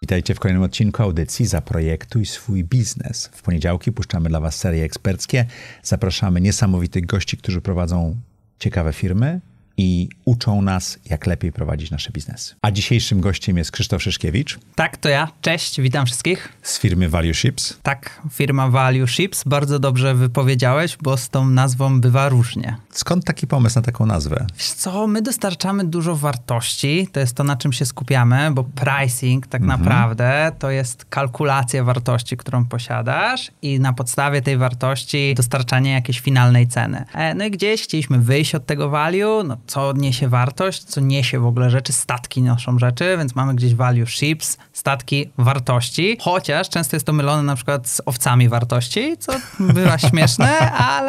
Witajcie w kolejnym odcinku audycji Zaprojektuj swój biznes. W poniedziałki puszczamy dla Was serie eksperckie. Zapraszamy niesamowitych gości, którzy prowadzą ciekawe firmy i uczą nas, jak lepiej prowadzić nasze biznesy. A dzisiejszym gościem jest Krzysztof Szyszkiewicz. Tak, to ja. Cześć, witam wszystkich. Z firmy ValueShips. Tak, firma ValueShips. Bardzo dobrze wypowiedziałeś, bo z tą nazwą bywa różnie. Skąd taki pomysł na taką nazwę? Wiesz co, my dostarczamy dużo wartości. To jest to, na czym się skupiamy, bo pricing tak naprawdę to jest kalkulacja wartości, którą posiadasz i na podstawie tej wartości dostarczanie jakiejś finalnej ceny. No i gdzieś chcieliśmy wyjść od tego value, no co niesie wartość, co niesie w ogóle rzeczy, statki noszą rzeczy, więc mamy gdzieś ValueShips, statki wartości, chociaż często jest to mylone na przykład z owcami wartości, co bywa śmieszne,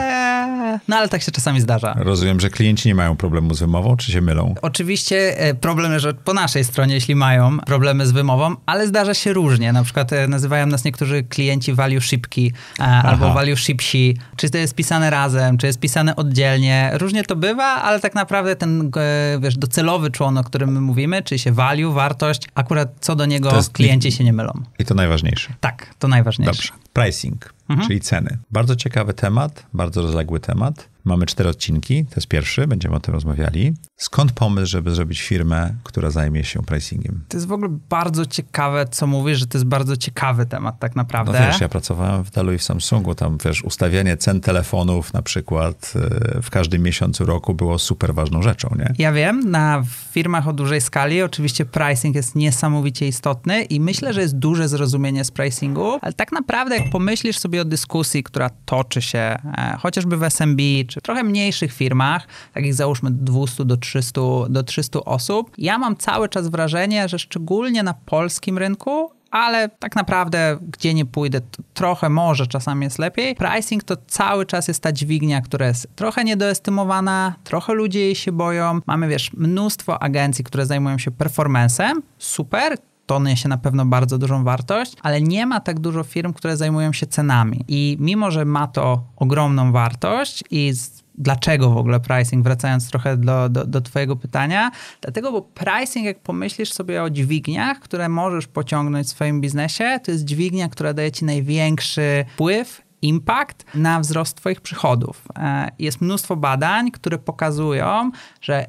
ale tak się czasami zdarza. Rozumiem, że klienci nie mają problemu z wymową, czy się mylą? Oczywiście problem leży po naszej stronie, jeśli mają problemy z wymową, ale zdarza się różnie. Na przykład nazywają nas niektórzy klienci ValueShipki albo ValueShipsi. Czy to jest pisane razem, czy jest pisane oddzielnie. Różnie to bywa, ale tak naprawdę ten, docelowy człon, o którym my mówimy, czyli się value, wartość, akurat co do niego klienci się nie mylą. I to najważniejsze. Tak, to najważniejsze. Dobrze. Pricing, czyli ceny. Bardzo ciekawy temat, bardzo rozległy temat. Mamy 4 odcinki, to jest pierwszy, będziemy o tym rozmawiali. Skąd pomysł, żeby zrobić firmę, która zajmie się pricingiem? To jest w ogóle bardzo ciekawe, co mówisz, że to jest bardzo ciekawy temat tak naprawdę. No wiesz, ja pracowałem w Dellu i w Samsungu, tam wiesz, ustawianie cen telefonów na przykład w każdym miesiącu roku było super ważną rzeczą, nie? Ja wiem, na firmach o dużej skali oczywiście pricing jest niesamowicie istotny i myślę, że jest duże zrozumienie z pricingu, ale tak naprawdę jak pomyślisz sobie o dyskusji, która toczy się chociażby w SMB, czy w trochę mniejszych firmach, takich załóżmy 200 do 300 osób, ja mam cały czas wrażenie, że szczególnie na polskim rynku, ale tak naprawdę gdzie nie pójdę, to trochę może czasami jest lepiej. Pricing to cały czas jest ta dźwignia, która jest trochę niedoestymowana, trochę ludzie jej się boją. Mamy, mnóstwo agencji, które zajmują się performance'em, super, to niesie na pewno bardzo dużą wartość, ale nie ma tak dużo firm, które zajmują się cenami. I mimo, że ma to ogromną wartość i dlaczego w ogóle pricing, wracając trochę do twojego pytania, dlatego, bo pricing, jak pomyślisz sobie o dźwigniach, które możesz pociągnąć w swoim biznesie, to jest dźwignia, która daje ci największy wpływ, impact na wzrost twoich przychodów. Jest mnóstwo badań, które pokazują, że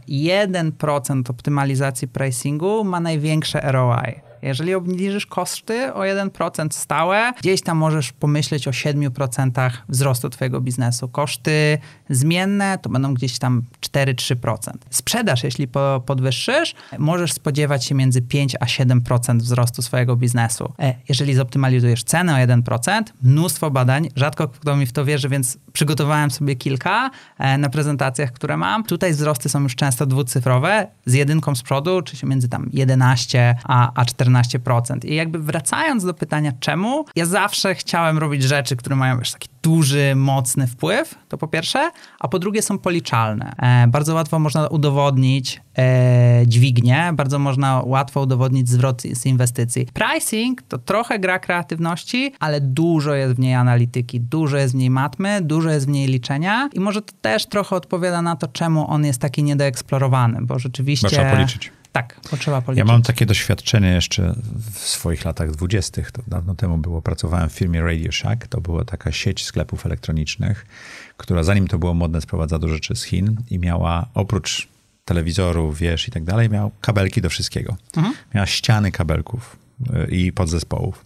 1% optymalizacji pricingu ma największe ROI. Jeżeli obniżysz koszty o 1% stałe, gdzieś tam możesz pomyśleć o 7% wzrostu twojego biznesu. Koszty zmienne to będą gdzieś tam 4-3%. Sprzedaż, jeśli podwyższysz, możesz spodziewać się między 5 a 7% wzrostu swojego biznesu. Jeżeli zoptymalizujesz cenę o 1%, mnóstwo badań, rzadko kto mi w to wierzy, więc przygotowałem sobie kilka na prezentacjach, które mam. Tutaj wzrosty są już często dwucyfrowe, z jedynką z przodu, czy się między tam 11 a 14%. I jakby wracając do pytania czemu, ja zawsze chciałem robić rzeczy, które mają taki duży, mocny wpływ, to po pierwsze, a po drugie są policzalne. Bardzo łatwo można udowodnić dźwignię, bardzo można łatwo udowodnić zwrot z inwestycji. Pricing to trochę gra kreatywności, ale dużo jest w niej analityki, dużo jest w niej matmy, dużo jest w niej liczenia i może to też trochę odpowiada na to, czemu on jest taki niedoeksplorowany, bo rzeczywiście... Trzeba policzyć. Tak, bo trzeba policzyć. Ja mam takie doświadczenie jeszcze w swoich latach 20. To dawno temu było. Pracowałem w firmie Radio Shack. To była taka sieć sklepów elektronicznych, która zanim to było modne, sprowadzała dużo rzeczy z Chin i miała oprócz telewizorów, i tak dalej, miała kabelki do wszystkiego. Miała ściany kabelków i podzespołów.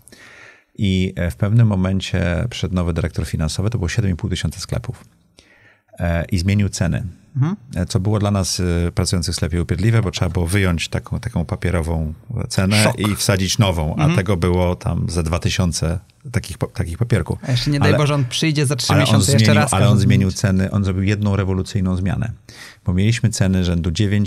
I w pewnym momencie przyszedł nowy dyrektor finansowy, to było 7,5 tysiąca sklepów. I zmienił ceny. Co było dla nas pracujących w sklepie upierdliwe, bo trzeba było wyjąć taką papierową cenę i wsadzić nową, a tego było tam ze 2000 takich papierków. A jeszcze nie daj Boże, on przyjdzie za 3 miesiące jeszcze raz. Ale on zmienił ceny, on zrobił jedną rewolucyjną zmianę. Bo mieliśmy ceny rzędu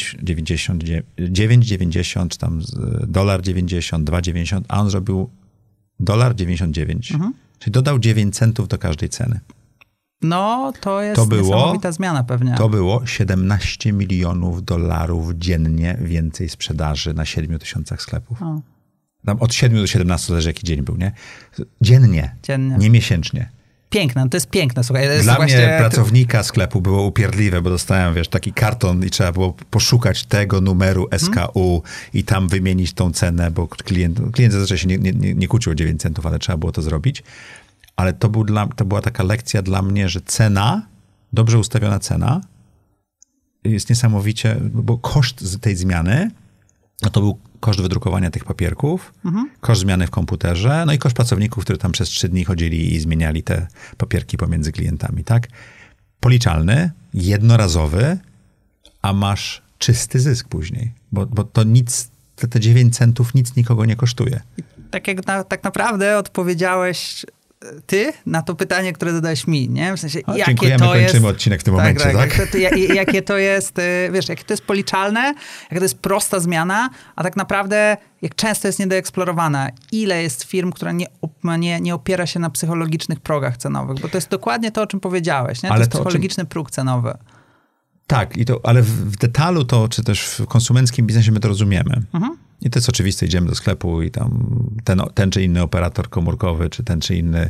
9,90, tam $1.90, 2,90, a on zrobił $1.99. Czyli dodał 9 centów do każdej ceny. No, to jest niesamowita zmiana pewnie. To było $17 milionów dziennie więcej sprzedaży na 7 tysiącach sklepów. Tam od 7 do 17, zależy jaki dzień był, nie? Dziennie. Nie miesięcznie. piękne, to jest piękne, słuchaj. Dla mnie pracownika sklepu było upierdliwe, bo dostałem, taki karton i trzeba było poszukać tego numeru SKU i tam wymienić tą cenę, bo klient zazwyczaj się nie kłócił o 9 centów, ale trzeba było to zrobić. Ale to była taka lekcja dla mnie, że cena, dobrze ustawiona cena jest niesamowicie, bo koszt tej zmiany, no to był koszt wydrukowania tych papierków, koszt zmiany w komputerze, no i koszt pracowników, którzy tam przez 3 dni chodzili i zmieniali te papierki pomiędzy klientami, tak? Policzalny, jednorazowy, a masz czysty zysk później, bo to nic, te 9 centów nic nikogo nie kosztuje. Tak jak tak naprawdę odpowiedziałeś ty na to pytanie, które zadałeś mi, nie? W sensie, jakie dziękujemy, to jest... kończymy odcinek w tym momencie, tak? Jakie to jest, wiesz, jakie to jest policzalne, jaka to jest prosta zmiana, a tak naprawdę jak często jest niedoeksplorowana. Ile jest firm, która nie opiera się na psychologicznych progach cenowych, bo to jest dokładnie to, o czym powiedziałeś, nie? To jest psychologiczny próg cenowy. Tak, ale w detalu to, czy też w konsumenckim biznesie my to rozumiemy. I to jest oczywiste, idziemy do sklepu i tam ten czy inny operator komórkowy, czy ten czy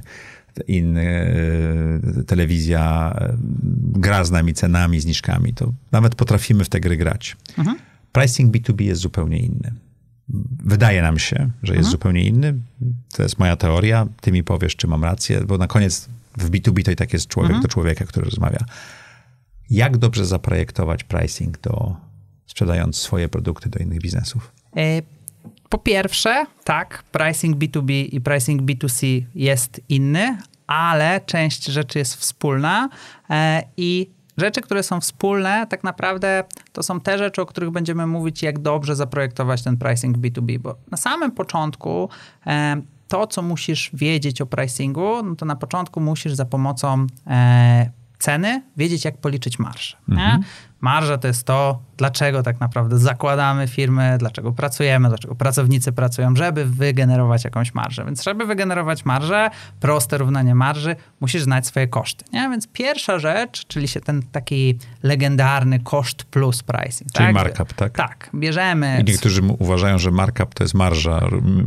inny telewizja gra z nami cenami, zniżkami. To nawet potrafimy w te gry grać. Pricing B2B jest zupełnie inny. Wydaje nam się, że jest zupełnie inny. To jest moja teoria. Ty mi powiesz, czy mam rację, bo na koniec w B2B to i tak jest człowiek do człowieka, który rozmawia. Jak dobrze zaprojektować pricing, sprzedając swoje produkty do innych biznesów? Po pierwsze, tak, pricing B2B i pricing B2C jest inny, ale część rzeczy jest wspólna i rzeczy, które są wspólne, tak naprawdę to są te rzeczy, o których będziemy mówić, jak dobrze zaprojektować ten pricing B2B, bo na samym początku to, co musisz wiedzieć o pricingu, no to na początku musisz za pomocą ceny wiedzieć, jak policzyć marżę. Marża to jest to, dlaczego tak naprawdę zakładamy firmy, dlaczego pracujemy, dlaczego pracownicy pracują, żeby wygenerować jakąś marżę. Więc żeby wygenerować marżę, proste równanie marży, musisz znać swoje koszty. Nie? Więc pierwsza rzecz, czyli się ten taki legendarny koszt plus pricing. Czyli tak? markup, tak? Tak, bierzemy... I niektórzy uważają, że markup to jest marża,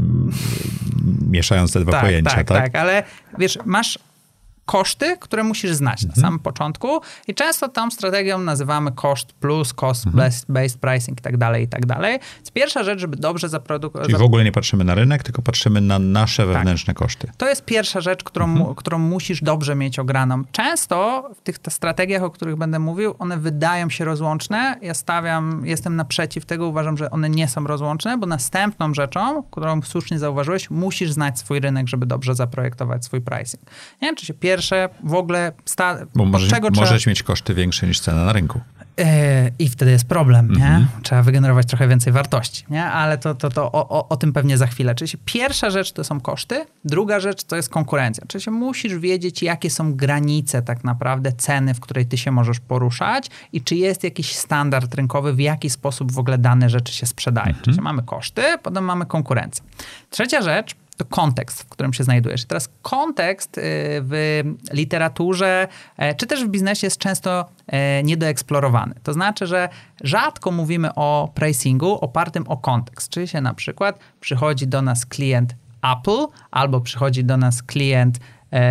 mieszając te dwa pojęcia, tak? Tak, ale wiesz, masz koszty, które musisz znać na samym początku i często tą strategią nazywamy koszt plus, cost-based pricing i tak dalej, i tak dalej. Więc pierwsza rzecz, żeby dobrze zaprodukować... Czyli w ogóle nie patrzymy na rynek, tylko patrzymy na nasze wewnętrzne koszty. To jest pierwsza rzecz, którą musisz dobrze mieć ograną. Często w tych strategiach, o których będę mówił, one wydają się rozłączne. Ja jestem naprzeciw tego, uważam, że one nie są rozłączne, bo następną rzeczą, którą słusznie zauważyłeś, musisz znać swój rynek, żeby dobrze zaprojektować swój pricing. Nie wiem, czy się pierwsze w ogóle... Bo możesz mieć koszty większe niż cena na rynku. I wtedy jest problem, nie? Trzeba wygenerować trochę więcej wartości, nie? Ale o tym pewnie za chwilę. Czyli pierwsza rzecz to są koszty, druga rzecz to jest konkurencja. Czyli musisz wiedzieć, jakie są granice tak naprawdę ceny, w której ty się możesz poruszać i czy jest jakiś standard rynkowy, w jaki sposób w ogóle dane rzeczy się sprzedają. Czyli mamy koszty, potem mamy konkurencję. Trzecia rzecz to kontekst, w którym się znajdujesz. Teraz kontekst w literaturze, czy też w biznesie jest często niedoeksplorowany. To znaczy, że rzadko mówimy o pricingu opartym o kontekst. Czyli się na przykład przychodzi do nas klient Apple albo przychodzi do nas klient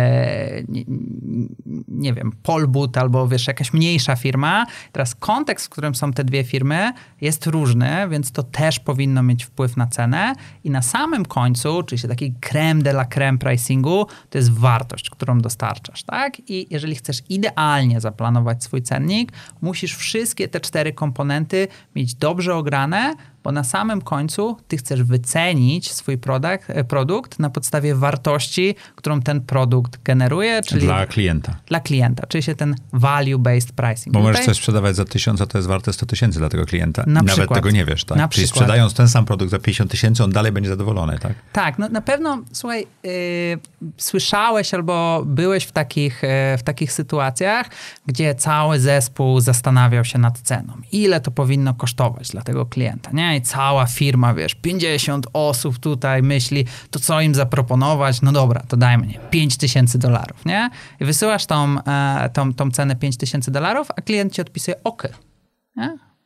nie wiem, Polbut albo wiesz, jakaś mniejsza firma. Teraz kontekst, w którym są te dwie firmy jest różny, więc to też powinno mieć wpływ na cenę i na samym końcu, czyli taki crème de la crème pricingu, to jest wartość, którą dostarczasz, tak? I jeżeli chcesz idealnie zaplanować swój cennik, musisz wszystkie te 4 komponenty mieć dobrze ograne, bo na samym końcu ty chcesz wycenić swój produkt na podstawie wartości, którą ten produkt generuje. Czyli dla klienta. Dla klienta, czyli się ten value-based pricing. Bo możesz coś sprzedawać za 1000, a to jest warte 100 000 dla tego klienta. Na nawet przykład, tego nie wiesz, tak? Czyli przykład. sprzedając ten sam produkt za 50 000, on dalej będzie zadowolony, tak? Tak, no na pewno, słuchaj, słyszałeś albo byłeś w takich sytuacjach, gdzie cały zespół zastanawiał się nad ceną. Ile to powinno kosztować dla tego klienta, nie? I cała firma, wiesz, 50 osób tutaj myśli, to co im zaproponować? No dobra, to dajmy, nie, $5000, nie? I wysyłasz tą cenę $5000, a klient ci odpisuje OK. Nie?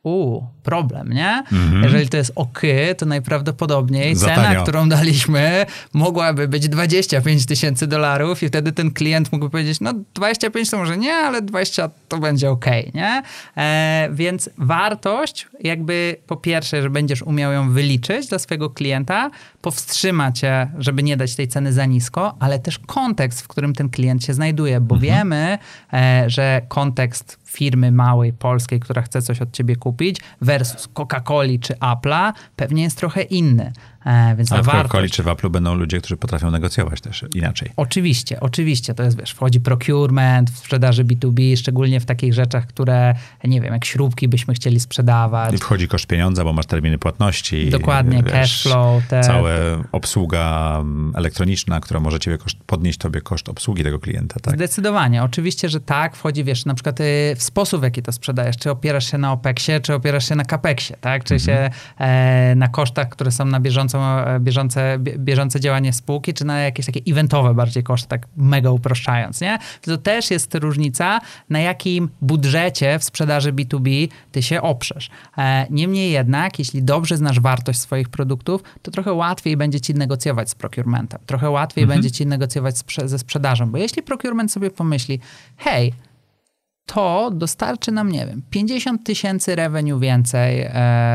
problem, nie? Jeżeli to jest OK, to najprawdopodobniej cena, którą daliśmy, mogłaby być $25,000 i wtedy ten klient mógłby powiedzieć, no 25 to może nie, ale 20 to będzie OK, nie? Więc wartość jakby po pierwsze, że będziesz umiał ją wyliczyć dla swojego klienta, powstrzyma cię, żeby nie dać tej ceny za nisko, ale też kontekst, w którym ten klient się znajduje, bo wiemy, że kontekst firmy małej, polskiej, która chce coś od ciebie kupić versus Coca-Coli czy Apple'a pewnie jest trochę inny. Więc ale w Coca-Coli czy w Apple'u będą ludzie, którzy potrafią negocjować też inaczej. Oczywiście. To jest, wchodzi procurement w sprzedaży B2B, szczególnie w takich rzeczach, które, nie wiem, jak śrubki byśmy chcieli sprzedawać. I wchodzi koszt pieniądza, bo masz terminy płatności. Dokładnie, cash flow. Cała obsługa elektroniczna, która może podnieść tobie koszt obsługi tego klienta. Tak? Zdecydowanie. Oczywiście, że tak. Wchodzi, na przykład w sposób, w jaki to sprzedajesz. Czy opierasz się na OPEX-ie, czy opierasz się na CAPEX-ie, tak? Czy się na kosztach, które są na bieżące działanie spółki, czy na jakieś takie eventowe bardziej koszty, tak mega uproszczając, nie? To też jest różnica, na jakim budżecie w sprzedaży B2B ty się oprzesz. Niemniej jednak, jeśli dobrze znasz wartość swoich produktów, to trochę łatwiej będzie ci negocjować z procurementem. Trochę łatwiej będzie ci negocjować ze sprzedażą, bo jeśli procurement sobie pomyśli, hej, to dostarczy nam, nie wiem, 50,000 revenue więcej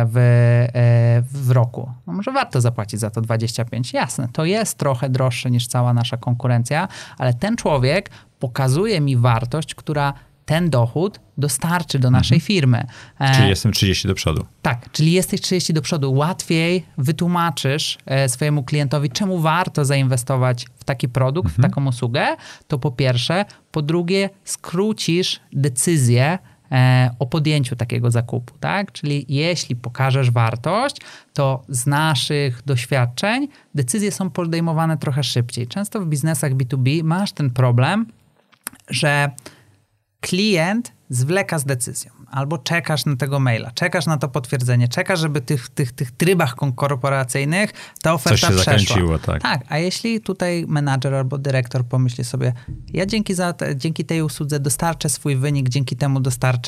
w roku. No może warto zapłacić za to 25. Jasne, to jest trochę droższe niż cała nasza konkurencja, ale ten człowiek pokazuje mi wartość, która ten dochód dostarczy do naszej firmy. Czyli jestem 30 do przodu. Tak, czyli jesteś 30 do przodu. Łatwiej wytłumaczysz swojemu klientowi, czemu warto zainwestować w taki produkt, w taką usługę. To po pierwsze. Po drugie, skrócisz decyzję o podjęciu takiego zakupu, tak? Czyli jeśli pokażesz wartość, to z naszych doświadczeń decyzje są podejmowane trochę szybciej. Często w biznesach B2B masz ten problem, że klient zwleka z decyzją. Albo czekasz na tego maila, czekasz na to potwierdzenie, czekasz, żeby tych trybach korporacyjnych ta oferta przeszła. Coś się zakręciło, tak. Tak, a jeśli tutaj menadżer albo dyrektor pomyśli sobie, ja dzięki tej usłudze dostarczę swój wynik, dzięki temu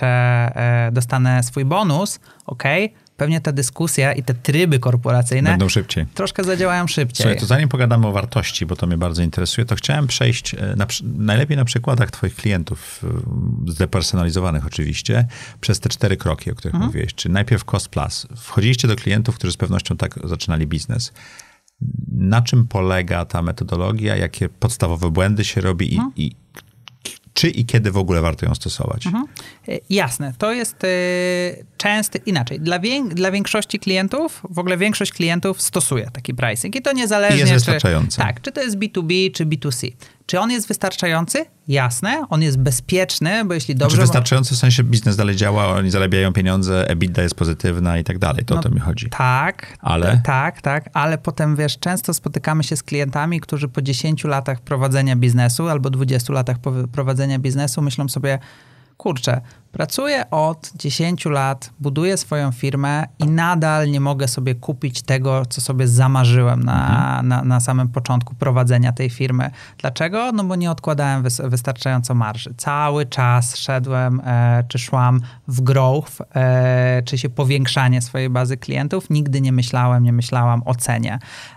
dostanę swój bonus, okej, pewnie ta dyskusja i te tryby korporacyjne będą szybciej. Troszkę zadziałają szybciej. Słuchaj, to zanim pogadamy o wartości, bo to mnie bardzo interesuje, to chciałem przejść najlepiej na przykładach twoich klientów, zdepersonalizowanych oczywiście, przez te 4 kroki, o których mówiłeś. Czyli najpierw cost plus. Wchodziliście do klientów, którzy z pewnością tak zaczynali biznes. Na czym polega ta metodologia? Jakie podstawowe błędy się robi i czy i kiedy w ogóle warto ją stosować? Jasne, to jest częsty, inaczej. Dla większości klientów, w ogóle większość klientów stosuje taki pricing i to niezależnie, I jest wystarczający. Tak, czy to jest B2B, czy B2C. Czy on jest wystarczający? Jasne. On jest bezpieczny, bo jeśli dobrze... Znaczy wystarczający w sensie biznes dalej działa, oni zarabiają pieniądze, EBITDA jest pozytywna i tak dalej. To o to mi chodzi. Tak. Ale? Tak. Ale potem, często spotykamy się z klientami, którzy po 10 latach prowadzenia biznesu albo 20 latach prowadzenia biznesu myślą sobie, kurczę, pracuję od 10 lat, buduję swoją firmę i nadal nie mogę sobie kupić tego, co sobie zamarzyłem na samym początku prowadzenia tej firmy. Dlaczego? No bo nie odkładałem wystarczająco marży. Cały czas szedłem, czy szłam w growth, czy się powiększanie swojej bazy klientów. Nigdy nie myślałam o cenie.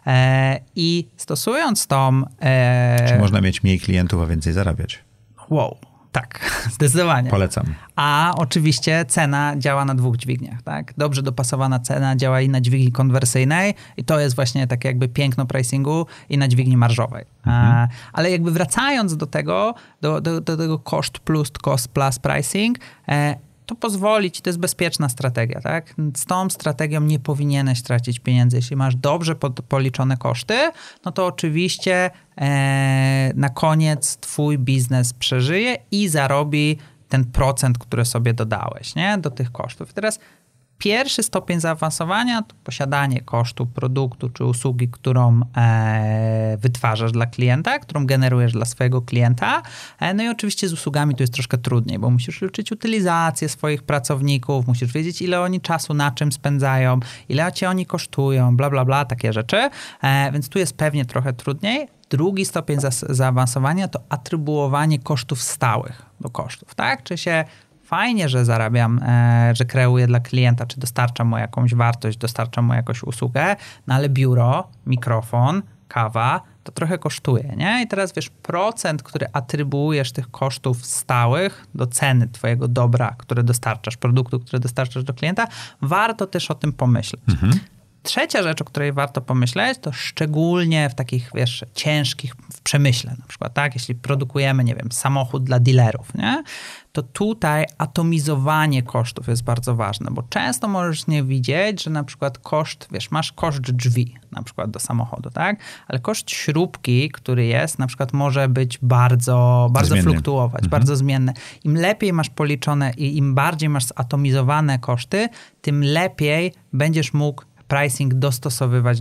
I stosując tą... Czy można mieć mniej klientów, a więcej zarabiać? Wow. Tak, zdecydowanie. Polecam. A oczywiście cena działa na 2 dźwigniach, tak? Dobrze dopasowana cena działa i na dźwigni konwersyjnej i to jest właśnie takie jakby piękno pricingu i na dźwigni marżowej. Ale jakby wracając do tego, do tego cost plus pricing, to pozwoli ci, to jest bezpieczna strategia, tak? Z tą strategią nie powinieneś tracić pieniędzy. Jeśli masz dobrze policzone koszty, no to oczywiście na koniec twój biznes przeżyje i zarobi ten procent, który sobie dodałeś, nie? Do tych kosztów. I teraz pierwszy stopień zaawansowania to posiadanie kosztu produktu czy usługi, którą wytwarzasz dla klienta, którą generujesz dla swojego klienta. No i oczywiście z usługami to jest troszkę trudniej, bo musisz liczyć utylizację swoich pracowników, musisz wiedzieć, ile oni czasu na czym spędzają, ile cię oni kosztują, bla, bla, bla, takie rzeczy. Więc tu jest pewnie trochę trudniej. Drugi stopień zaawansowania to atrybuowanie kosztów stałych do kosztów, tak? Czy się fajnie, że zarabiam, że kreuję dla klienta, czy dostarczam mu jakąś wartość, dostarczam mu jakąś usługę, no ale biuro, mikrofon, kawa, to trochę kosztuje, nie? I teraz wiesz, procent, który atrybuujesz tych kosztów stałych do ceny twojego dobra, które dostarczasz, produktu, który dostarczasz do klienta, warto też o tym pomyśleć. Trzecia rzecz, o której warto pomyśleć, to szczególnie w takich, wiesz, ciężkich, w przemyśle na przykład, tak? Jeśli produkujemy, nie wiem, samochód dla dealerów, nie? To tutaj atomizowanie kosztów jest bardzo ważne, bo często możesz nie widzieć, że na przykład koszt, wiesz, masz koszt drzwi na przykład do samochodu, tak? Ale koszt śrubki, który jest, na przykład może być bardzo fluktuować, bardzo zmienny. Im lepiej masz policzone i im bardziej masz zatomizowane koszty, tym lepiej będziesz mógł pricing dostosowywać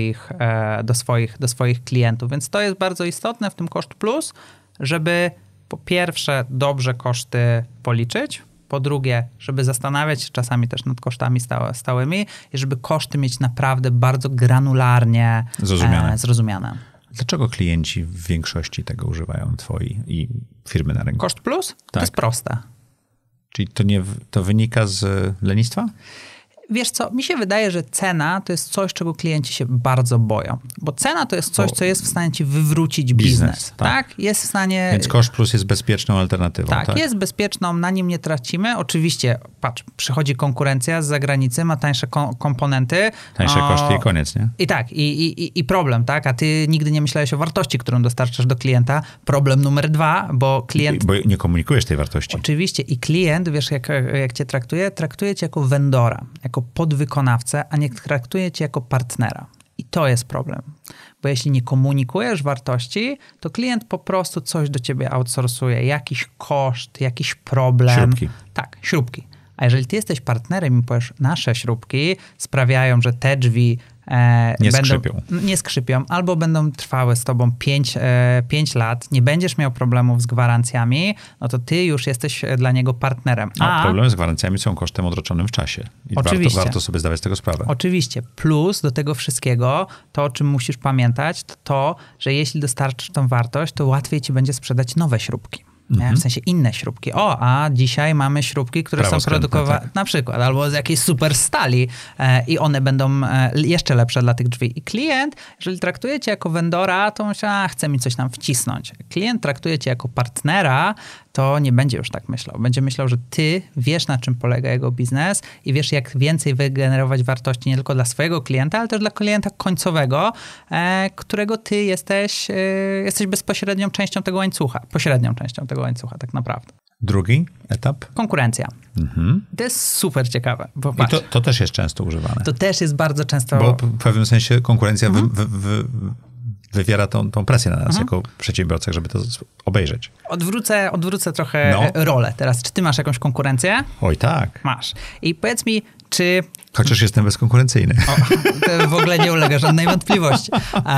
do swoich klientów. Więc to jest bardzo istotne w tym koszt plus, żeby po pierwsze dobrze koszty policzyć, po drugie, żeby zastanawiać się czasami też nad kosztami stałymi i żeby koszty mieć naprawdę bardzo granularnie zrozumiane. Dlaczego klienci w większości tego używają twoi i firmy na rynku? Koszt plus? Tak. To jest proste. Czyli to wynika z lenistwa? Wiesz co, mi się wydaje, że cena to jest coś, czego klienci się bardzo boją. Bo cena to jest coś, co jest w stanie ci wywrócić biznes. Tak? Jest w stanie... Więc koszt plus jest bezpieczną alternatywą. Tak, jest bezpieczną, na nim nie tracimy. Oczywiście, patrz, przychodzi konkurencja z zagranicy, ma tańsze komponenty. Tańsze koszty i koniec, nie? I tak, i problem, tak? A ty nigdy nie myślałeś o wartości, którą dostarczasz do klienta. Problem numer 2, bo klient... Bo nie komunikujesz tej wartości. Oczywiście. I klient, wiesz, jak cię traktuje cię jako vendora, jako podwykonawcę, a nie traktuje cię jako partnera. I to jest problem. Bo jeśli nie komunikujesz wartości, to klient po prostu coś do ciebie outsourcuje. Jakiś koszt, jakiś problem. Śrubki. Tak, śrubki. A jeżeli ty jesteś partnerem i powiesz, nasze śrubki sprawiają, że te drzwi nie skrzypią, albo będą trwały z tobą 5 lat, nie będziesz miał problemów z gwarancjami, no to ty już jesteś dla niego partnerem. A problemy z gwarancjami są kosztem odroczonym w czasie. I warto sobie zdawać z tego sprawę. Oczywiście. Plus do tego wszystkiego, to o czym musisz pamiętać, to, że jeśli dostarczysz tą wartość, to łatwiej ci będzie sprzedać nowe śrubki. W sensie inne śrubki. A dzisiaj mamy śrubki, które są produkowane na przykład, albo z jakiejś super stali i one będą jeszcze lepsze dla tych drzwi. I klient, jeżeli traktuje cię jako vendora, to myśli, chce mi coś tam wcisnąć. Klient traktuje cię jako partnera, to nie będzie już tak myślał. Będzie myślał, że ty wiesz, na czym polega jego biznes i wiesz, jak więcej wygenerować wartości nie tylko dla swojego klienta, ale też dla klienta końcowego, którego ty jesteś bezpośrednią częścią tego łańcucha. Pośrednią częścią tego łańcucha, tak naprawdę. Drugi etap? Konkurencja. To jest super ciekawe. Bo i to też jest często używane. To też jest bardzo często... Bo w pewnym sensie konkurencja wywiera tą presję na nas jako przedsiębiorcach, żeby to obejrzeć. Odwrócę trochę rolę teraz. Czy ty masz jakąś konkurencję? Oj, tak. Masz. I powiedz mi, czy... Chociaż jestem bezkonkurencyjny. To w ogóle nie ulega żadnej wątpliwości.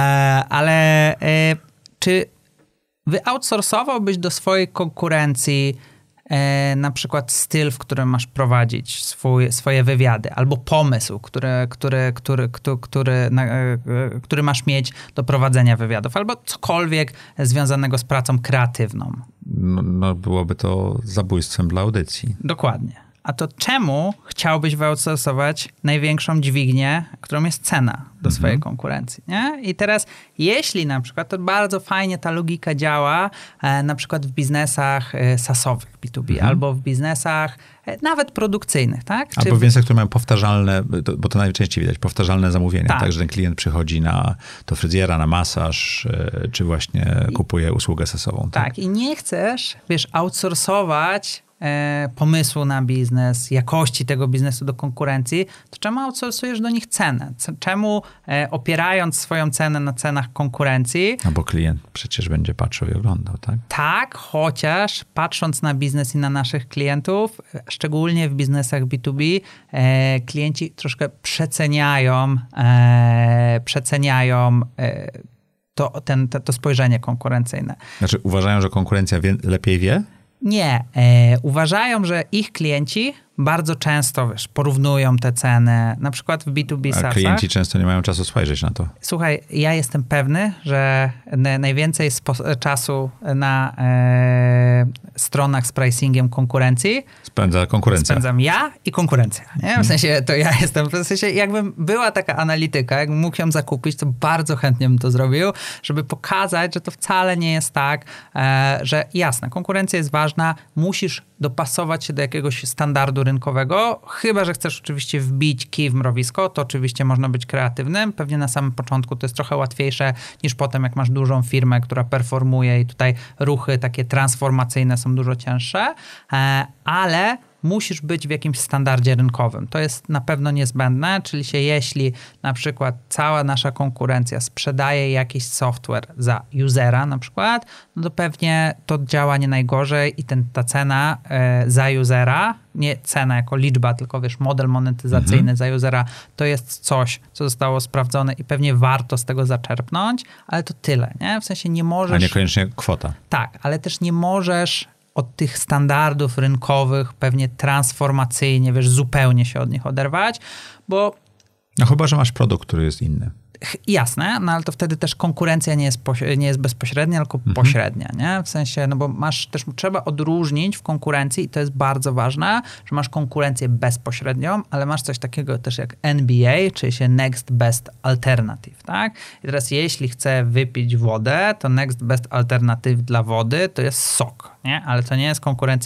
Ale czy wyoutsourcowałbyś do swojej konkurencji na przykład styl, w którym masz prowadzić swoje wywiady, albo pomysł, który masz mieć do prowadzenia wywiadów, albo cokolwiek związanego z pracą kreatywną? No byłoby to zabójstwem dla audycji. Dokładnie. A to czemu chciałbyś wyoutsourcować największą dźwignię, którą jest cena do swojej konkurencji, nie? I teraz, jeśli na przykład, to bardzo fajnie ta logika działa na przykład w biznesach SaaS-owych B2B, albo w biznesach nawet produkcyjnych, tak? Albo w biznesach, które mają powtarzalne, bo to najczęściej widać, powtarzalne zamówienia, tak, że ten klient przychodzi do fryzjera, na masaż, czy właśnie kupuje usługę SaaS-ową. Tak, i nie chcesz, outsourcować pomysłu na biznes, jakości tego biznesu do konkurencji, to czemu outsourcujesz do nich cenę? Czemu opierając swoją cenę na cenach konkurencji... No bo klient przecież będzie patrzył i oglądał, tak? Tak, chociaż patrząc na biznes i na naszych klientów, szczególnie w biznesach B2B, klienci troszkę przeceniają to spojrzenie konkurencyjne. Znaczy uważają, że konkurencja lepiej wie? Nie. Uważają, że ich klienci bardzo często, porównują te ceny, na przykład w B2B A SaaSach. klienci często nie mają czasu spojrzeć na to. Słuchaj, ja jestem pewny, że najwięcej czasu na stronach z pricingiem konkurencji Spędza konkurencja. spędzam ja i konkurencja. Nie? W sensie to ja jestem, w sensie jakbym była taka analityka, jakbym mógł ją zakupić, to bardzo chętnie bym to zrobił, żeby pokazać, że to wcale nie jest tak, że jasne, konkurencja jest ważna, musisz dopasować się do jakiegoś standardu rynkowego, chyba że chcesz oczywiście wbić kij w mrowisko, to oczywiście można być kreatywnym. Pewnie na samym początku to jest trochę łatwiejsze niż potem, jak masz dużą firmę, która performuje i tutaj ruchy takie transformacyjne są dużo cięższe, ale musisz być w jakimś standardzie rynkowym. To jest na pewno niezbędne, czyli jeśli na przykład cała nasza konkurencja sprzedaje jakiś software za usera na przykład, no to pewnie to działa nie najgorzej i ta cena za usera, nie cena jako liczba, tylko wiesz, model monetyzacyjny za usera, to jest coś, co zostało sprawdzone i pewnie warto z tego zaczerpnąć, ale to tyle, nie? W sensie nie możesz... A niekoniecznie kwota. Tak, ale też nie możesz od tych standardów rynkowych pewnie transformacyjnie, wiesz, zupełnie się od nich oderwać, bo... No chyba, że masz produkt, który jest inny. Jasne, no ale to wtedy też konkurencja nie jest bezpośrednia, tylko pośrednia, nie? W sensie, no bo masz też, trzeba odróżnić w konkurencji i to jest bardzo ważne, że masz konkurencję bezpośrednią, ale masz coś takiego też jak NBA, czyli się Next Best Alternative, tak? I teraz jeśli chcę wypić wodę, to Next Best Alternative dla wody to jest sok, nie? Ale to nie jest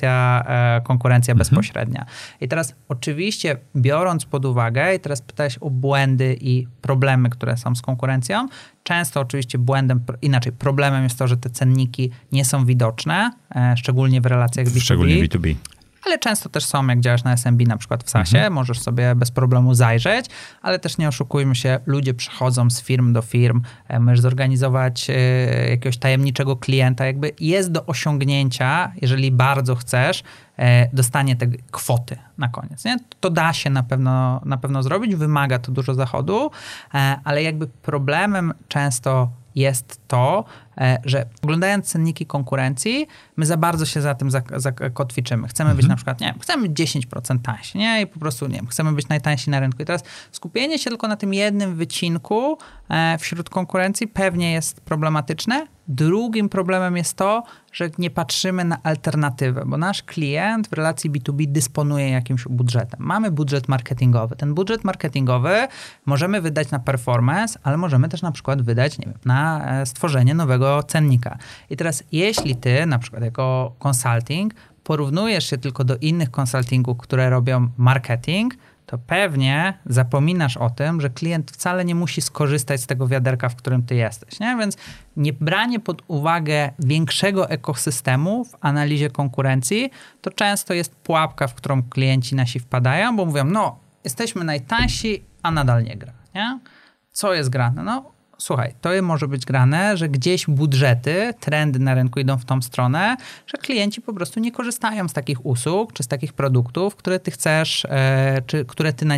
konkurencja bezpośrednia. I teraz oczywiście biorąc pod uwagę, i teraz pytałeś o błędy i problemy, które są z konkurencją, często oczywiście problemem jest to, że te cenniki nie są widoczne, szczególnie w relacjach B2B. Szczególnie B2B. Ale często też są, jak działasz na SMB na przykład w SaaSie, możesz sobie bez problemu zajrzeć, ale też nie oszukujmy się, ludzie przychodzą z firm do firm, możesz zorganizować jakiegoś tajemniczego klienta, jakby jest do osiągnięcia, jeżeli bardzo chcesz, dostanie te kwoty na koniec. Nie? To da się na pewno zrobić, wymaga to dużo zachodu, ale jakby problemem często jest to, że oglądając cenniki konkurencji, my za bardzo się za tym zakotwiczymy. Chcemy być na przykład, nie wiem, chcemy być 10% tańsi, nie? I po prostu, nie wiem, chcemy być najtańsi na rynku. I teraz skupienie się tylko na tym jednym wycinku wśród konkurencji pewnie jest problematyczne. Drugim problemem jest to, że nie patrzymy na alternatywę, bo nasz klient w relacji B2B dysponuje jakimś budżetem. Mamy budżet marketingowy. Ten budżet marketingowy możemy wydać na performance, ale możemy też na przykład wydać, nie wiem, na stworzenie nowego cennika. I teraz jeśli ty na przykład jako consulting porównujesz się tylko do innych consultingów, które robią marketing, to pewnie zapominasz o tym, że klient wcale nie musi skorzystać z tego wiaderka, w którym ty jesteś. Nie? Więc nie branie pod uwagę większego ekosystemu w analizie konkurencji, to często jest pułapka, w którą klienci nasi wpadają, bo mówią, no jesteśmy najtańsi, a nadal nie gra. Nie? Co jest grane? No słuchaj, to może być grane, że gdzieś budżety, trendy na rynku idą w tą stronę, że klienci po prostu nie korzystają z takich usług, czy z takich produktów, które ty chcesz, czy które ty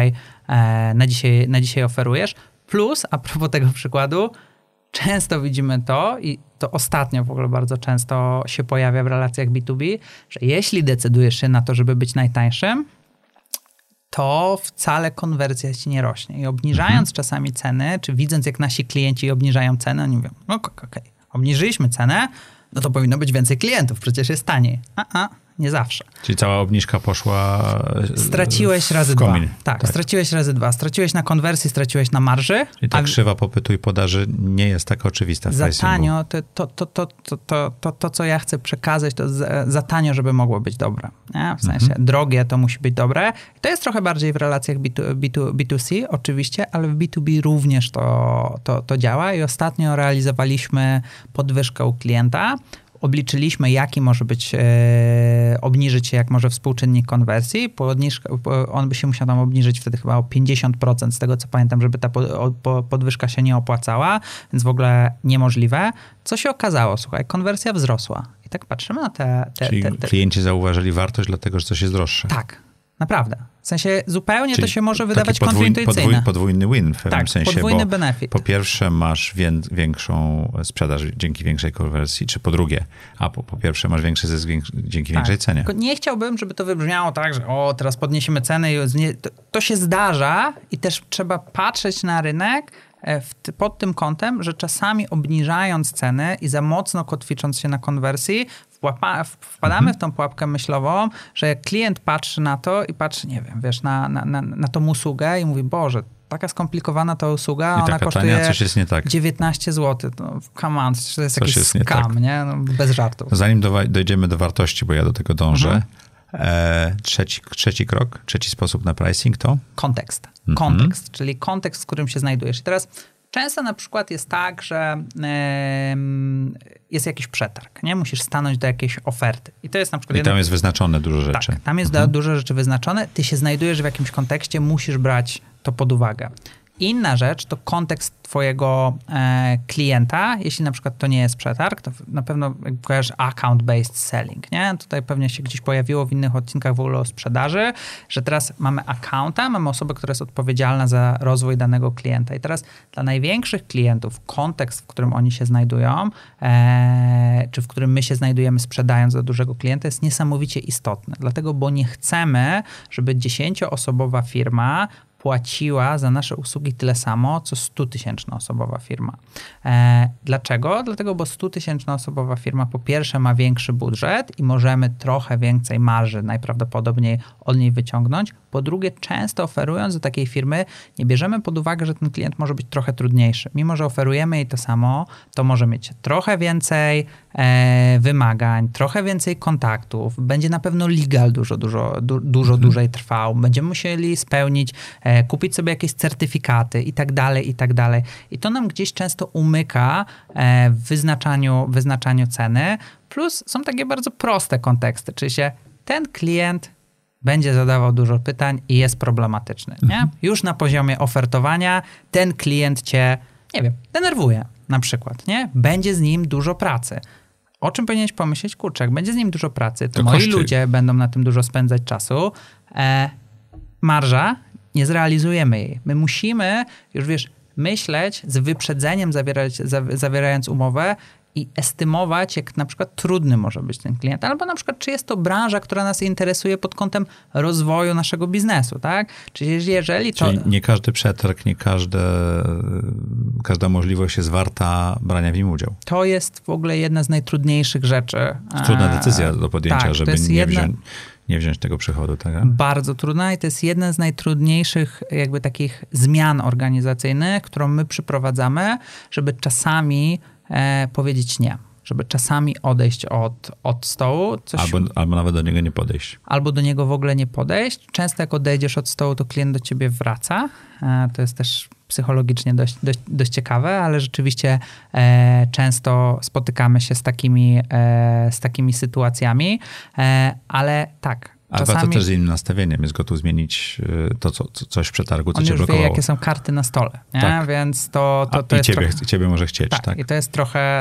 na dzisiaj oferujesz. Plus, a propos tego przykładu, często widzimy to i to ostatnio w ogóle bardzo często się pojawia w relacjach B2B, że jeśli decydujesz się na to, żeby być najtańszym, to wcale konwersja ci nie rośnie. I obniżając czasami ceny, czy widząc jak nasi klienci obniżają cenę, oni mówią, okej, obniżyliśmy cenę, no to powinno być więcej klientów, przecież jest taniej. Nie zawsze. Czyli cała obniżka poszła straciłeś razy dwa. Tak, straciłeś razy dwa. Straciłeś na konwersji, straciłeś na marży. I ta krzywa popytu i podaży nie jest taka oczywista w pricingu. Za tanio, to co ja chcę przekazać, to za tanio, żeby mogło być dobre. Nie? W sensie drogie to musi być dobre. I to jest trochę bardziej w relacjach B2C oczywiście, ale w B2B również to działa. I ostatnio realizowaliśmy podwyżkę u klienta. Obliczyliśmy, jaki może być, obniżyć się, jak może współczynnik konwersji. On by się musiał tam obniżyć wtedy chyba o 50% z tego, co pamiętam, żeby ta podwyżka się nie opłacała, więc w ogóle niemożliwe. Co się okazało? Słuchaj, konwersja wzrosła. I tak patrzymy na Czyli klienci zauważyli wartość, dlatego że coś jest droższe. Tak, naprawdę. W sensie zupełnie Czyli to się może wydawać taki kontraintuicyjne. Podwójny win w pewnym sensie, podwójny bo benefit. po pierwsze masz większą sprzedaż dzięki większej konwersji, czy po drugie, po pierwsze masz większy zysk dzięki większej cenie. Tylko nie chciałbym, żeby to wybrzmiało tak, że teraz podniesiemy cenę i to się zdarza i też trzeba patrzeć na rynek pod tym kątem, że czasami obniżając ceny i za mocno kotwicząc się na konwersji, wpadamy w tą pułapkę myślową, że jak klient patrzy na to i patrzy, nie wiem, wiesz, na tą usługę i mówi, Boże, taka skomplikowana ta usługa, ona kosztuje coś jest nie tak. 19 zł. No, come on, to jest jakiś scam, nie? No, bez żartów. Zanim dojdziemy do wartości, bo ja do tego dążę, trzeci krok, trzeci sposób na pricing to? Kontekst. Kontekst, czyli kontekst, w którym się znajdujesz. I teraz często na przykład jest tak, że jest jakiś przetarg, nie? Musisz stanąć do jakiejś oferty. I to jest na przykład... I tam jest wyznaczone dużo rzeczy. Tak, tam jest dużo rzeczy wyznaczone. Ty się znajdujesz w jakimś kontekście, musisz brać to pod uwagę. Inna rzecz to kontekst twojego klienta. Jeśli na przykład to nie jest przetarg, to na pewno kojarzysz account-based selling, nie? Tutaj pewnie się gdzieś pojawiło w innych odcinkach w ogóle o sprzedaży, że teraz mamy accounta, mamy osobę, która jest odpowiedzialna za rozwój danego klienta. I teraz dla największych klientów kontekst, w którym oni się znajdują, czy w którym my się znajdujemy sprzedając do dużego klienta, jest niesamowicie istotny. Dlatego, bo nie chcemy, żeby 10-osobowa firma płaciła za nasze usługi tyle samo, co 100-tysięczna osobowa firma. Dlaczego? Dlatego, bo 100-tysięczna osobowa firma po pierwsze ma większy budżet i możemy trochę więcej marży najprawdopodobniej od niej wyciągnąć. Po drugie, często oferując do takiej firmy, nie bierzemy pod uwagę, że ten klient może być trochę trudniejszy. Mimo że oferujemy jej to samo, to może mieć trochę więcej wymagań, trochę więcej kontaktów. Będzie na pewno legal dużo dłużej trwał. Będziemy musieli spełnić, kupić sobie jakieś certyfikaty i tak dalej, i tak dalej. I to nam gdzieś często umyka w wyznaczaniu ceny. Plus są takie bardzo proste konteksty, czyli się ten klient będzie zadawał dużo pytań i jest problematyczny. Nie? Już na poziomie ofertowania ten klient cię, nie wiem, denerwuje na przykład. Nie? Będzie z nim dużo pracy. O czym powinieneś pomyśleć? Kurczę, jak będzie z nim dużo pracy, to moi ludzie będą na tym dużo spędzać czasu. Marża, nie zrealizujemy jej. My musimy, już wiesz, myśleć z wyprzedzeniem, zawierając umowę i estymować, jak na przykład trudny może być ten klient, albo na przykład, czy jest to branża, która nas interesuje pod kątem rozwoju naszego biznesu, tak? Czyli jeżeli to... Czyli nie każdy przetarg, nie każda możliwość jest warta brania w nim udziału. To jest w ogóle jedna z najtrudniejszych rzeczy. Trudna decyzja do podjęcia, tak, żeby nie wziąć tego przychodu, tak? Bardzo trudna i to jest jedna z najtrudniejszych jakby takich zmian organizacyjnych, którą my przyprowadzamy, żeby czasami powiedzieć nie. Żeby czasami odejść od stołu. Albo nawet do niego nie podejść. Albo do niego w ogóle nie podejść. Często jak odejdziesz od stołu, to klient do ciebie wraca. To jest też psychologicznie dość ciekawe, ale rzeczywiście często spotykamy się z takimi sytuacjami. Ale tak. Czasami... Ale to też z innym nastawieniem. Jest gotów zmienić coś w przetargu, co cię blokowało. On już wie, jakie są karty na stole. Nie? Tak. Więc to jest ciebie może chcieć, tak? I to jest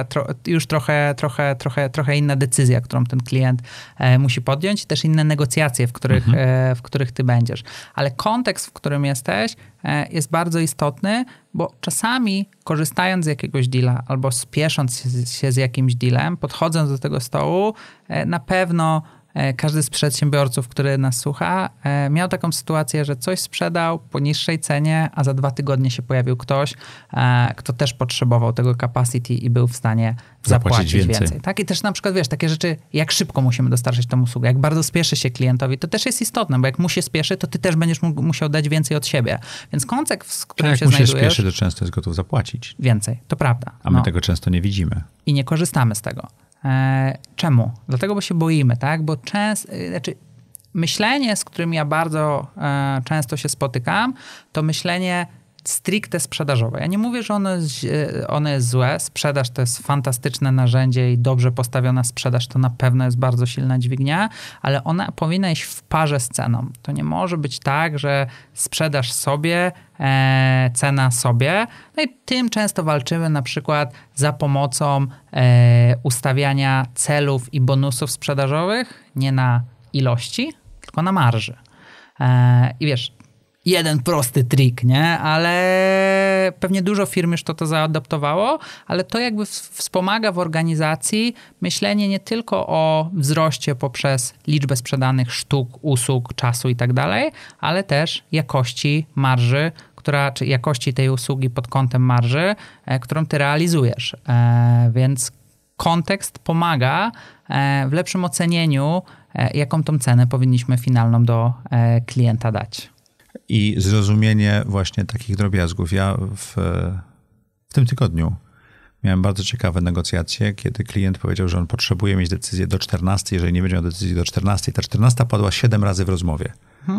trochę inna decyzja, którą ten klient musi podjąć. Też inne negocjacje, w których ty będziesz. Ale kontekst, w którym jesteś, jest bardzo istotny, bo czasami korzystając z jakiegoś deala albo spiesząc się z jakimś dealem, podchodząc do tego stołu, na pewno każdy z przedsiębiorców, który nas słucha, miał taką sytuację, że coś sprzedał po niższej cenie, a za 2 tygodnie się pojawił ktoś, kto też potrzebował tego capacity i był w stanie zapłacić więcej. Tak? I też na przykład, wiesz, takie rzeczy, jak szybko musimy dostarczyć tą usługę, jak bardzo spieszy się klientowi, to też jest istotne, bo jak mu się spieszy, to ty też będziesz musiał dać więcej od siebie. Więc kontekst, w którym się znajdujesz... Jak mu się spieszy, to często jest gotów zapłacić. Więcej, to prawda. A my tego często nie widzimy. I nie korzystamy z tego. Czemu? Dlatego, bo się boimy, tak? Bo myślenie, z którym ja bardzo często się spotykam, to myślenie stricte sprzedażowe. Ja nie mówię, że ono jest złe. Sprzedaż to jest fantastyczne narzędzie i dobrze postawiona sprzedaż to na pewno jest bardzo silna dźwignia, ale ona powinna iść w parze z ceną. To nie może być tak, że sprzedaż sobie, cena sobie. No i tym często walczymy na przykład za pomocą ustawiania celów i bonusów sprzedażowych nie na ilości, tylko na marży. I wiesz, jeden prosty trik, nie? Ale pewnie dużo firm już to zaadoptowało, ale to jakby wspomaga w organizacji myślenie nie tylko o wzroście poprzez liczbę sprzedanych sztuk, usług, czasu i tak dalej, ale też jakości marży, czy jakości tej usługi pod kątem marży, którą ty realizujesz. Więc kontekst pomaga w lepszym ocenieniu, jaką tą cenę powinniśmy finalną do klienta dać. I zrozumienie właśnie takich drobiazgów. Ja w tym tygodniu miałem bardzo ciekawe negocjacje, kiedy klient powiedział, że on potrzebuje mieć decyzję do 14, jeżeli nie będzie miał decyzji do 14. Ta 14 padła 7 razy w rozmowie.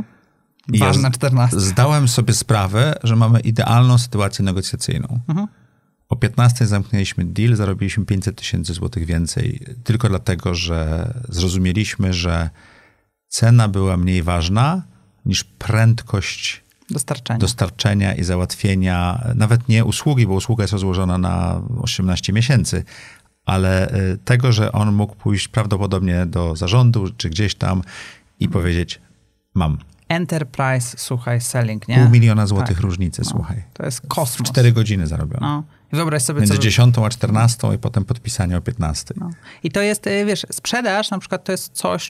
Ważna 14. Zdałem sobie sprawę, że mamy idealną sytuację negocjacyjną. O 15 zamknęliśmy deal, zarobiliśmy 500 000 złotych więcej, tylko dlatego, że zrozumieliśmy, że cena była mniej ważna niż prędkość dostarczenia i załatwienia, nawet nie usługi, bo usługa jest rozłożona na 18 miesięcy, ale tego, że on mógł pójść prawdopodobnie do zarządu, czy gdzieś tam i powiedzieć, mam. Enterprise, słuchaj, selling, nie? 500 000 złotych różnicy, słuchaj. To jest kosmos. 4 godziny zarobione. No. Wyobraź sobie, między 10 a 14 i potem podpisanie o 15. No. I to jest, wiesz, sprzedaż na przykład to jest coś,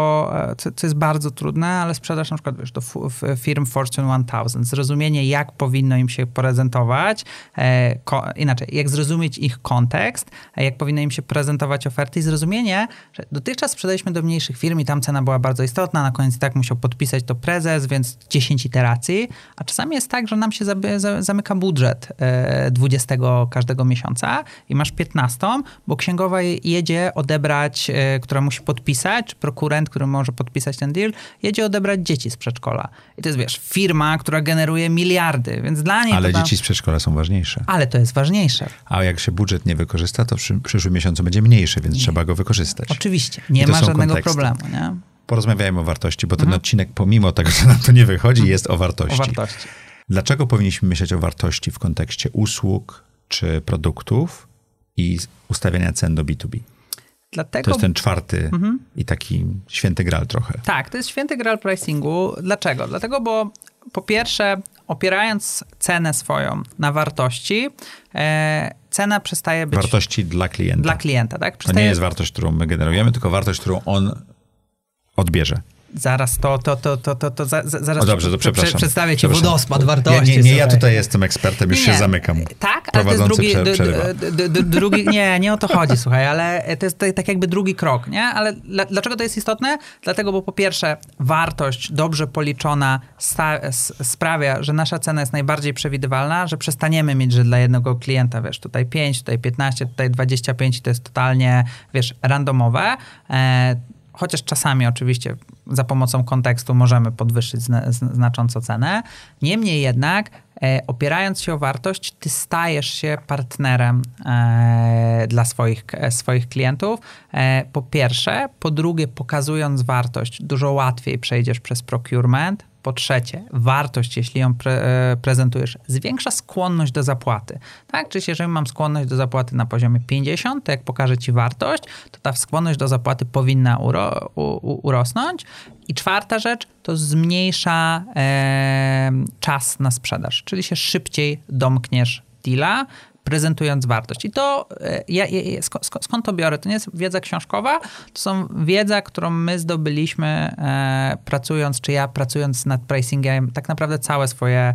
co jest bardzo trudne, ale sprzedaż na przykład, wiesz, do firm Fortune 1000, zrozumienie, jak powinno im się prezentować, inaczej, jak zrozumieć ich kontekst, jak powinno im się prezentować oferty i zrozumienie, że dotychczas sprzedaliśmy do mniejszych firm i tam cena była bardzo istotna, na koniec i tak musiał podpisać to prezes, więc 10 iteracji, a czasami jest tak, że nam się zamyka budżet 20 każdego miesiąca i masz 15, bo księgowa jedzie odebrać, która musi podpisać, czy prokurent, który może podpisać ten deal, jedzie odebrać dzieci z przedszkola. I to jest, wiesz, firma, która generuje miliardy, więc dla niej ale dzieci z przedszkola są ważniejsze. Ale to jest ważniejsze. A jak się budżet nie wykorzysta, to w przyszłym miesiącu będzie mniejszy, więc trzeba go wykorzystać. Oczywiście. Nie ma żadnego problemu, nie? Porozmawiajmy o wartości, bo ten odcinek, pomimo tego, że nam to nie wychodzi, jest o wartości. O wartości. Dlaczego powinniśmy myśleć o wartości w kontekście usług czy produktów i ustawiania cen do B2B? Dlatego, to jest ten czwarty i taki święty gral trochę. Tak, to jest święty gral pricingu. Dlaczego? Dlatego, bo po pierwsze, opierając cenę swoją na wartości, cena przestaje być... Wartości dla klienta. Dla klienta, tak? To nie jest wartość, którą my generujemy, tylko wartość, którą on odbierze. Zaraz zaraz o dobrze, to przepraszam. Przedstawię ci wodospad wartości. Nie, ja tutaj jestem ekspertem, już się zamykam. Tak, ale to jest drugi nie o to chodzi, słuchaj, ale to jest tak jakby drugi krok, nie? Ale dlaczego to jest istotne? Dlatego, bo po pierwsze wartość dobrze policzona sprawia, że nasza cena jest najbardziej przewidywalna, że przestaniemy mieć, że dla jednego klienta, wiesz, tutaj 5, tutaj 15, tutaj 25 to jest totalnie, wiesz, randomowe. Chociaż czasami oczywiście za pomocą kontekstu możemy podwyższyć znacząco cenę. Niemniej jednak, opierając się o wartość, ty stajesz się partnerem dla swoich klientów. Po pierwsze. Po drugie, pokazując wartość, dużo łatwiej przejdziesz przez procurement. Po trzecie, wartość, jeśli ją prezentujesz, zwiększa skłonność do zapłaty. Tak? Czyli jeżeli mam skłonność do zapłaty na poziomie 50, to jak pokażę ci wartość, to ta skłonność do zapłaty powinna urosnąć. I czwarta rzecz, to zmniejsza czas na sprzedaż, czyli się szybciej domkniesz deala, prezentując wartość. I to, skąd to biorę? To nie jest wiedza książkowa, to są wiedza, którą my zdobyliśmy pracując, czy ja pracując nad pricingiem, tak naprawdę całe swoje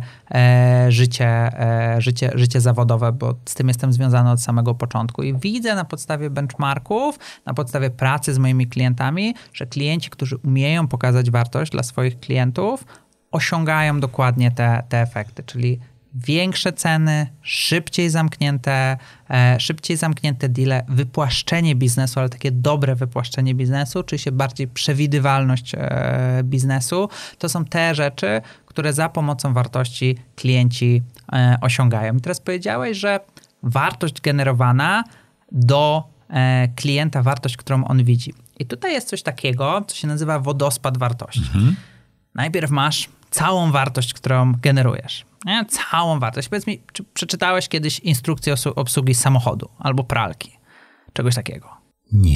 życie zawodowe, bo z tym jestem związany od samego początku. I widzę na podstawie benchmarków, na podstawie pracy z moimi klientami, że klienci, którzy umieją pokazać wartość dla swoich klientów, osiągają dokładnie te efekty, czyli większe ceny, szybciej zamknięte deale, wypłaszczenie biznesu, ale takie dobre wypłaszczenie biznesu, czy się bardziej przewidywalność biznesu. To są te rzeczy, które za pomocą wartości klienci osiągają. I teraz powiedziałeś, że wartość generowana do klienta, wartość, którą on widzi. I tutaj jest coś takiego, co się nazywa wodospad wartości. Najpierw masz całą wartość, którą generujesz. Nie? Całą wartość. Powiedz mi, czy przeczytałeś kiedyś instrukcję obsługi samochodu albo pralki? Czegoś takiego? Nie.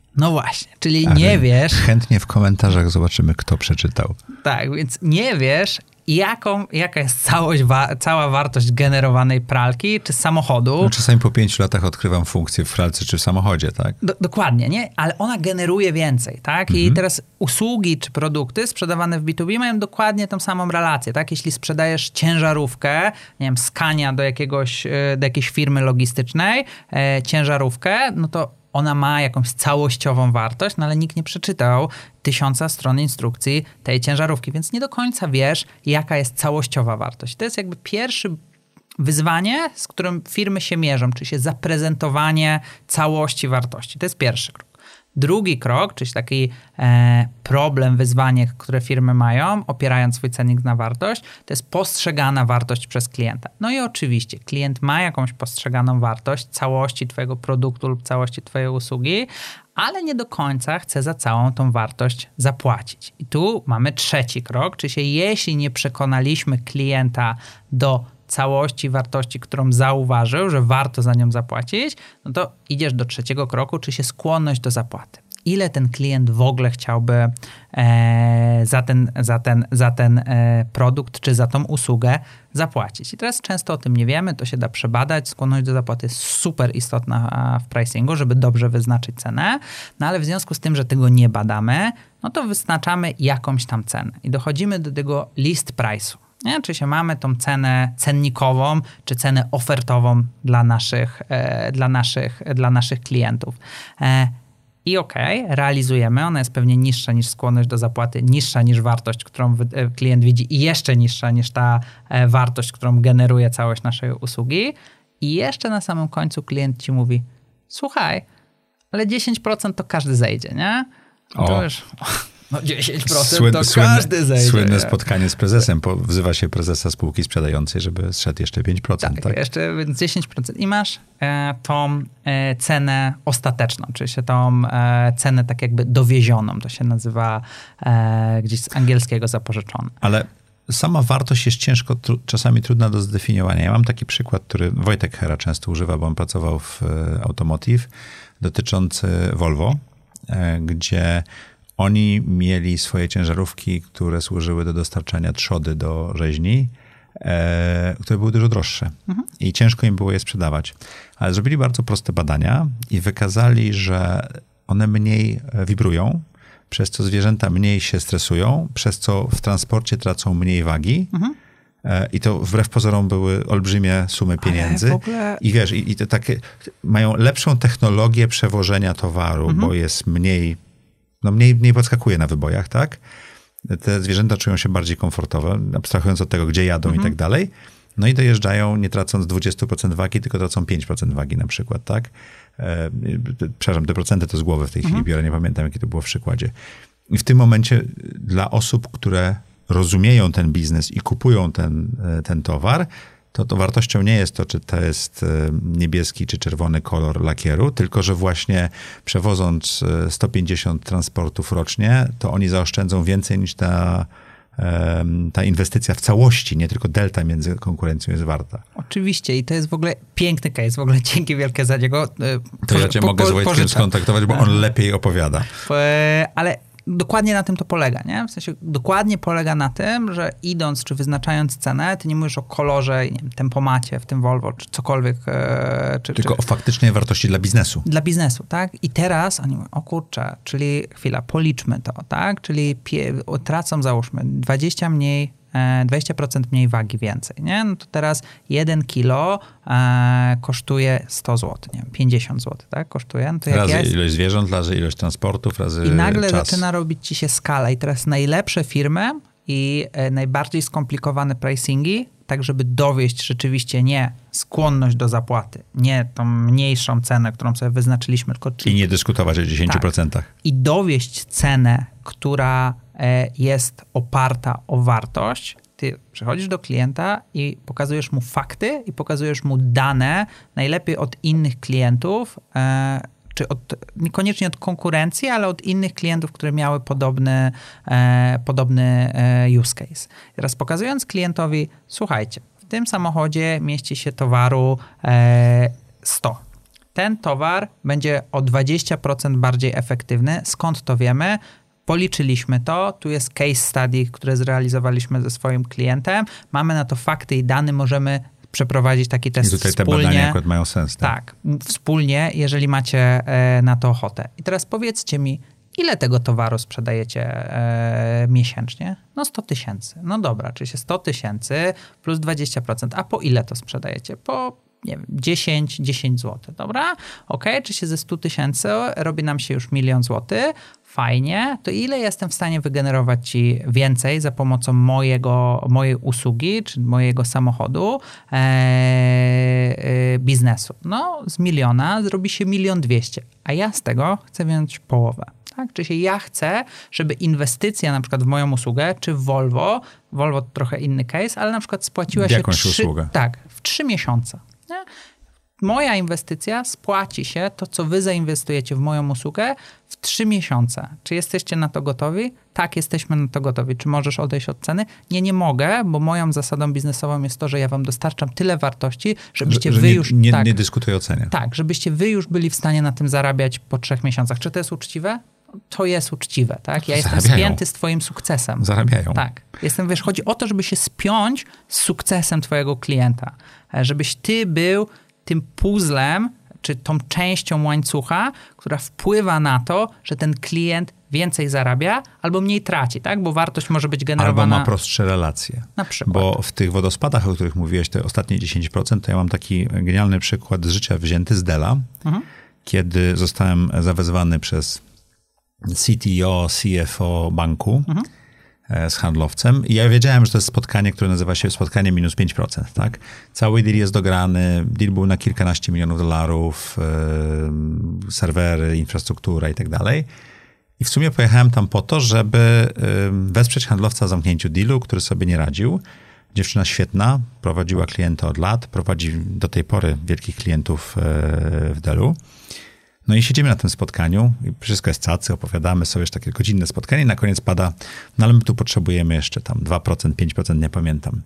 No właśnie, czyli nie wiesz... Chętnie w komentarzach zobaczymy, kto przeczytał. Tak, więc nie wiesz, jaka jest cała wartość generowanej pralki czy samochodu. No, czasami po 5 latach odkrywam funkcję w pralce czy w samochodzie, tak? Dokładnie, nie? Ale ona generuje więcej, tak? I teraz usługi czy produkty sprzedawane w B2B mają dokładnie tą samą relację, tak? Jeśli sprzedajesz ciężarówkę, nie wiem, Scania do jakiejś firmy logistycznej, ciężarówkę, no to ona ma jakąś całościową wartość, no ale nikt nie przeczytał 1000 stron instrukcji tej ciężarówki, więc nie do końca wiesz, jaka jest całościowa wartość. To jest jakby pierwsze wyzwanie, z którym firmy się mierzą, czyli się zaprezentowanie całości wartości. To jest pierwszy krok. Drugi krok, czyli taki problem, wyzwanie, które firmy mają, opierając swój cennik na wartość, to jest postrzegana wartość przez klienta. No i oczywiście klient ma jakąś postrzeganą wartość całości twojego produktu lub całości twojej usługi, ale nie do końca chce za całą tą wartość zapłacić. I tu mamy trzeci krok, czyli jeśli nie przekonaliśmy klienta do całości wartości, którą zauważył, że warto za nią zapłacić, no to idziesz do trzeciego kroku, czy się skłonność do zapłaty. Ile ten klient w ogóle chciałby za ten produkt, czy za tą usługę zapłacić. I teraz często o tym nie wiemy, to się da przebadać. Skłonność do zapłaty jest super istotna w pricingu, żeby dobrze wyznaczyć cenę, no ale w związku z tym, że tego nie badamy, no to wyznaczamy jakąś tam cenę i dochodzimy do tego list price'u. Nie? Czy się mamy tą cenę cennikową, czy cenę ofertową dla naszych klientów. I realizujemy, ona jest pewnie niższa niż skłonność do zapłaty, niższa niż wartość, którą klient widzi i jeszcze niższa niż ta wartość, którą generuje całość naszej usługi. I jeszcze na samym końcu klient ci mówi, słuchaj, ale 10% to każdy zejdzie, nie? To już... No 10% to każdy zejdzie. Słynne spotkanie z prezesem. Wzywa się prezesa spółki sprzedającej, żeby zszedł jeszcze 5%. Tak? Jeszcze więc 10%. I masz tą cenę ostateczną, czyli się tą cenę tak jakby dowiezioną. To się nazywa gdzieś z angielskiego zapożyczone. Ale sama wartość jest ciężko, czasami trudna do zdefiniowania. Ja mam taki przykład, który Wojtek Hera często używa, bo on pracował w Automotive, dotyczący Volvo, gdzie oni mieli swoje ciężarówki, które służyły do dostarczania trzody do rzeźni, które były dużo droższe i ciężko im było je sprzedawać. Ale zrobili bardzo proste badania i wykazali, że one mniej wibrują, przez co zwierzęta mniej się stresują, przez co w transporcie tracą mniej wagi. I to wbrew pozorom były olbrzymie sumy pieniędzy. I wiesz, i to takie mają lepszą technologię przewożenia towaru, bo jest mniej podskakuje na wybojach, tak? Te zwierzęta czują się bardziej komfortowe, abstrahując od tego, gdzie jadą i tak dalej. No i dojeżdżają nie tracąc 20% wagi, tylko tracą 5% wagi na przykład, tak? Przepraszam, te procenty to z głowy w tej chwili biorę, nie pamiętam, jakie to było w przykładzie. I w tym momencie dla osób, które rozumieją ten biznes i kupują ten towar, to wartością nie jest to, czy to jest niebieski czy czerwony kolor lakieru, tylko że właśnie przewoząc 150 transportów rocznie, to oni zaoszczędzą więcej niż ta inwestycja w całości, nie tylko delta między konkurencją jest warta. Oczywiście i to jest w ogóle piękny case, w ogóle dzięki wielkie za niego. To ja cię mogę z Wojtkiem skontaktować, bo on lepiej opowiada. Ale dokładnie na tym to polega, nie? W sensie dokładnie polega na tym, że idąc czy wyznaczając cenę, ty nie mówisz o kolorze, nie wiem, tempomacie w tym Volvo, czy cokolwiek. Tylko o faktycznej wartości dla biznesu. Dla biznesu, tak? I teraz oni mówią, o kurczę, czyli chwila, policzmy to, tak? Czyli tracą, załóżmy, 20% mniej wagi więcej, nie? No to teraz 1 kilo kosztuje 100 zł, nie wiem, 50 zł, tak? Kosztuje. No to razy ilość zwierząt, razy ilość transportów, razy i nagle czas. zaczyna robić ci się skala i teraz najlepsze firmy i najbardziej skomplikowane pricingi, tak żeby dowieść rzeczywiście nie skłonność do zapłaty, nie tą mniejszą cenę, którą sobie wyznaczyliśmy, tylko... I nie dyskutować o 10%. Tak. I dowieść cenę, która jest oparta o wartość. Ty przychodzisz do klienta i pokazujesz mu fakty i pokazujesz mu dane, najlepiej od innych klientów, czy niekoniecznie od konkurencji, ale od innych klientów, które miały podobny use case. Teraz pokazując klientowi, słuchajcie, w tym samochodzie mieści się towaru 100. ten towar będzie o 20% bardziej efektywny. Skąd to wiemy? Policzyliśmy to, tu jest case study, które zrealizowaliśmy ze swoim klientem. Mamy na to fakty i dane, możemy przeprowadzić taki test wspólnie. I tutaj wspólnie. te badania akurat mają sens. Tak, wspólnie, jeżeli macie na to ochotę. I teraz powiedzcie mi, ile tego towaru sprzedajecie miesięcznie? No 100 000. No dobra, czyli się 100 000 plus 20%. A po ile to sprzedajecie? Po, nie wiem, 10 zł, dobra? Okej, czy się ze 100 000 robi nam się już 1 000 000 złotych? Fajnie. To ile jestem w stanie wygenerować ci więcej za pomocą mojej usługi, czy mojego samochodu, biznesu? No, z 1 000 000 zrobi się 1 200 000, a ja z tego chcę wziąć połowę. Tak? Czyli ja chcę, żeby inwestycja na przykład w moją usługę, czy w Volvo to trochę inny case, ale na przykład spłaciła się jakąś usługę. Tak, w 3 miesiące. Nie? Moja inwestycja spłaci się, to co wy zainwestujecie w moją usługę, w 3 miesiące. Czy jesteście na to gotowi? Tak, jesteśmy na to gotowi. Czy możesz odejść od ceny? Nie mogę, bo moją zasadą biznesową jest to, że ja wam dostarczam tyle wartości, żebyście wy już... Nie dyskutuję o cenie. Tak, żebyście wy już byli w stanie na tym zarabiać po 3 miesiącach. Czy to jest uczciwe? To jest uczciwe, tak? Ja jestem spięty z twoim sukcesem. Zarabiają. Tak. Chodzi o to, żeby się spiąć z sukcesem twojego klienta. Żebyś ty był tym puzzlem, czy tą częścią łańcucha, która wpływa na to, że ten klient więcej zarabia albo mniej traci, tak? Bo wartość może być generowana... Albo ma prostsze relacje. Na przykład. Bo w tych wodospadach, o których mówiłeś, te ostatnie 10%, to ja mam taki genialny przykład z życia wzięty z Della, kiedy zostałem zawezwany przez CTO, CFO banku z handlowcem i ja wiedziałem, że to jest spotkanie, które nazywa się spotkanie minus 5%, tak? Cały deal jest dograny, deal był na kilkanaście milionów dolarów, serwery, infrastruktura i tak dalej. I w sumie pojechałem tam po to, żeby wesprzeć handlowca w zamknięciu dealu, który sobie nie radził. Dziewczyna świetna, prowadziła klienta od lat, prowadzi do tej pory wielkich klientów w Dellu. No i siedzimy na tym spotkaniu i wszystko jest cacy, opowiadamy sobie już takie godzinne spotkanie i na koniec pada, no ale my tu potrzebujemy jeszcze tam 2%, 5%, nie pamiętam.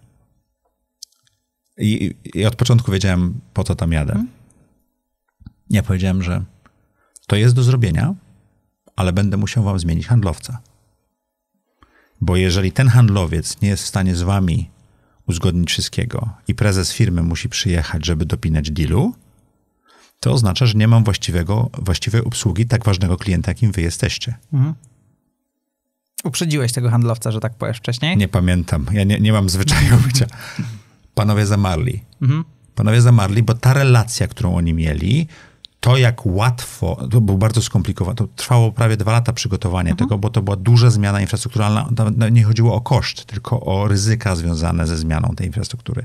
I od początku wiedziałem, po co tam jadę. Ja powiedziałem, że to jest do zrobienia, ale będę musiał wam zmienić handlowca. Bo jeżeli ten handlowiec nie jest w stanie z wami uzgodnić wszystkiego i prezes firmy musi przyjechać, żeby dopinać dealu, to oznacza, że nie mam właściwej obsługi tak ważnego klienta, jakim wy jesteście. Uprzedziłeś tego handlowca, że tak powiesz wcześniej? Nie pamiętam. Ja nie mam zwyczaju bycia. Panowie zamarli. Panowie zamarli, bo ta relacja, którą oni mieli, to jak łatwo, to było bardzo skomplikowane. To trwało prawie 2 lata przygotowania tego, bo to była duża zmiana infrastrukturalna. Nie chodziło o koszt, tylko o ryzyka związane ze zmianą tej infrastruktury.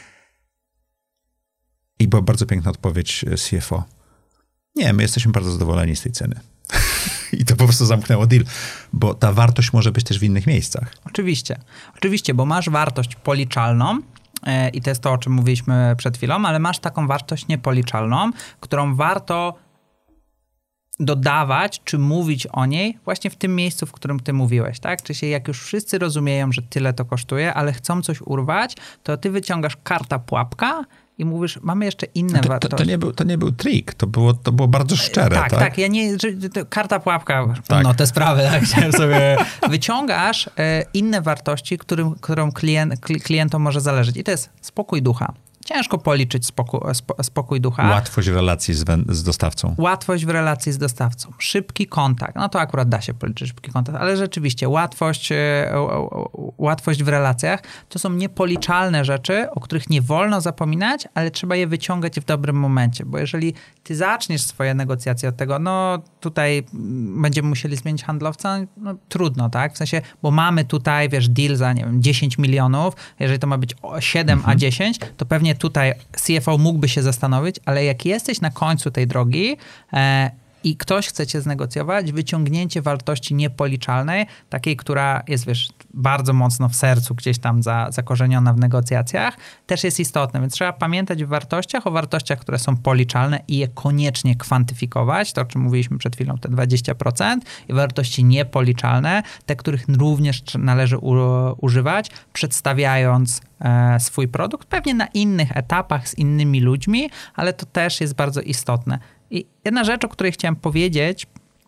I była bardzo piękna odpowiedź CFO. Nie, my jesteśmy bardzo zadowoleni z tej ceny. I to po prostu zamknęło deal, bo ta wartość może być też w innych miejscach. Oczywiście, bo masz wartość policzalną i to jest to, o czym mówiliśmy przed chwilą, ale masz taką wartość niepoliczalną, którą warto dodawać, czy mówić o niej właśnie w tym miejscu, w którym ty mówiłeś, tak? Czyli jak już wszyscy rozumieją, że tyle to kosztuje, ale chcą coś urwać, to ty wyciągasz karta pułapka i mówisz, mamy jeszcze inne wartości. To nie był trik, to było bardzo szczere. Tak. Karta pułapka, tak. No te sprawy, tak, chciałem sobie... Wyciągasz inne wartości, którą klientom może zależeć. I to jest spokój ducha. Ciężko policzyć spokój ducha. Łatwość w relacji z dostawcą. Łatwość w relacji z dostawcą. Szybki kontakt. No to akurat da się policzyć szybki kontakt, ale rzeczywiście łatwość w relacjach to są niepoliczalne rzeczy, o których nie wolno zapominać, ale trzeba je wyciągać w dobrym momencie, bo jeżeli ty zaczniesz swoje negocjacje od tego, no tutaj będziemy musieli zmienić handlowca, no trudno, tak? W sensie, bo mamy tutaj, wiesz, deal za, nie wiem, 10 milionów, jeżeli to ma być 7 a 10, to pewnie tutaj CFO mógłby się zastanowić, ale jak jesteś na końcu tej drogi i ktoś chce cię znegocjować, wyciągnięcie wartości niepoliczalnej, takiej, która jest, wiesz, bardzo mocno w sercu, gdzieś tam zakorzeniona w negocjacjach, też jest istotne. Więc trzeba pamiętać o wartościach, które są policzalne i je koniecznie kwantyfikować, to o czym mówiliśmy przed chwilą, te 20%, i wartości niepoliczalne, te, których również należy używać, przedstawiając swój produkt, pewnie na innych etapach z innymi ludźmi, ale to też jest bardzo istotne. I jedna rzecz, o której chciałem powiedzieć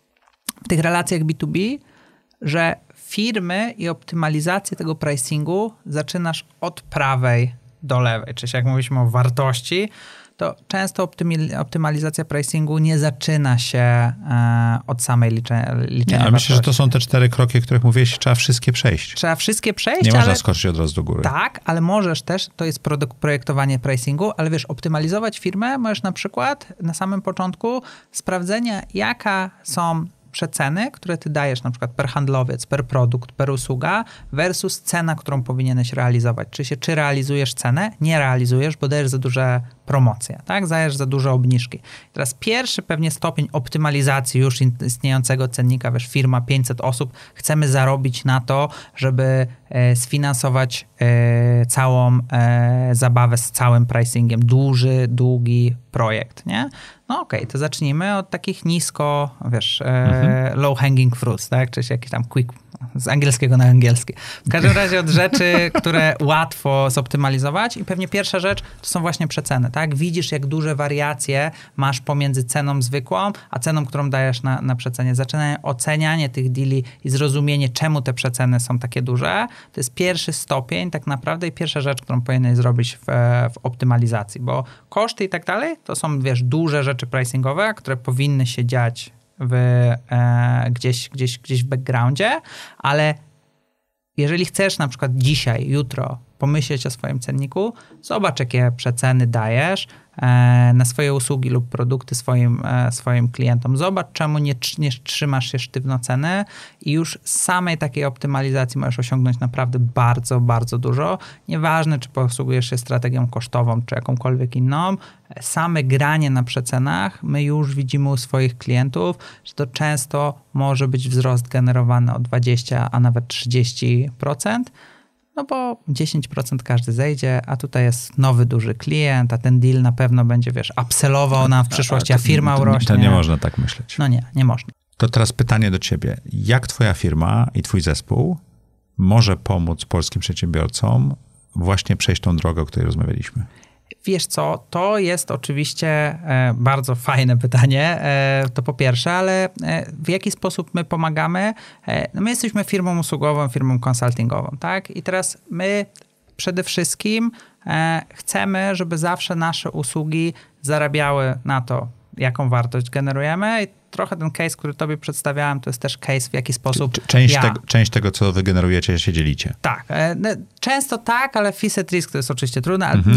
w tych relacjach B2B, że firmy i optymalizację tego pricingu zaczynasz od prawej do lewej. Czyli jak mówiliśmy o wartości, to często optymalizacja pricingu nie zaczyna się od samej liczenia wartości. Myślę, że to są te 4 kroki, o których mówiłeś, trzeba wszystkie przejść. Trzeba wszystkie przejść, nie można skoczyć od razu do góry. Tak, ale możesz też, to jest projektowanie pricingu, ale wiesz, optymalizować firmę możesz na przykład na samym początku sprawdzenia, jaka są przeceny, które ty dajesz na przykład per handlowiec, per produkt, per usługa versus cena, którą powinieneś realizować. Czy realizujesz cenę? Nie realizujesz, bo dajesz za duże promocje, tak? Dajesz za duże obniżki. Teraz pierwszy pewnie stopień optymalizacji już istniejącego cennika, wiesz, firma 500 osób, chcemy zarobić na to, żeby sfinansować całą zabawę z całym pricingiem. Duży, długi projekt, nie? No okej, to zacznijmy od takich nisko, wiesz, low hanging fruits, tak? Czyli jakiś tam quick, z angielskiego na angielski. W każdym razie od rzeczy, które łatwo zoptymalizować i pewnie pierwsza rzecz to są właśnie przeceny, tak? Widzisz, jak duże wariacje masz pomiędzy ceną zwykłą, a ceną, którą dajesz na przecenie. Zaczyna ocenianie tych deali i zrozumienie, czemu te przeceny są takie duże. To jest pierwszy stopień tak naprawdę i pierwsza rzecz, którą powinieneś zrobić w optymalizacji, bo koszty i tak dalej to są, wiesz, duże rzeczy pricingowe, które powinny się dziać gdzieś w backgroundzie, ale jeżeli chcesz na przykład dzisiaj, jutro pomyśleć o swoim cenniku, zobacz, jakie przeceny dajesz na swoje usługi lub produkty swoim klientom. Zobacz, czemu nie trzymasz się sztywno ceny i już z samej takiej optymalizacji możesz osiągnąć naprawdę bardzo, bardzo dużo. Nieważne, czy posługujesz się strategią kosztową, czy jakąkolwiek inną, same granie na przecenach, my już widzimy u swoich klientów, że to często może być wzrost generowany o 20, a nawet 30%. No bo 10% każdy zejdzie, a tutaj jest nowy, duży klient, a ten deal na pewno będzie, wiesz, upsellował nam w przyszłości, a firma urośnie. To nie można tak myśleć. No nie można. To teraz pytanie do ciebie. Jak twoja firma i twój zespół może pomóc polskim przedsiębiorcom właśnie przejść tą drogę, o której rozmawialiśmy? Wiesz co, to jest oczywiście bardzo fajne pytanie, to po pierwsze, ale w jaki sposób my pomagamy? No my jesteśmy firmą usługową, firmą konsultingową, tak? I teraz my przede wszystkim chcemy, żeby zawsze nasze usługi zarabiały na to, jaką wartość generujemy. I trochę ten case, który tobie przedstawiałem, to jest też case, w jaki sposób Część tego, co wy generujecie, się dzielicie. Tak. Często tak, ale Fisset Risk to jest oczywiście trudne, ale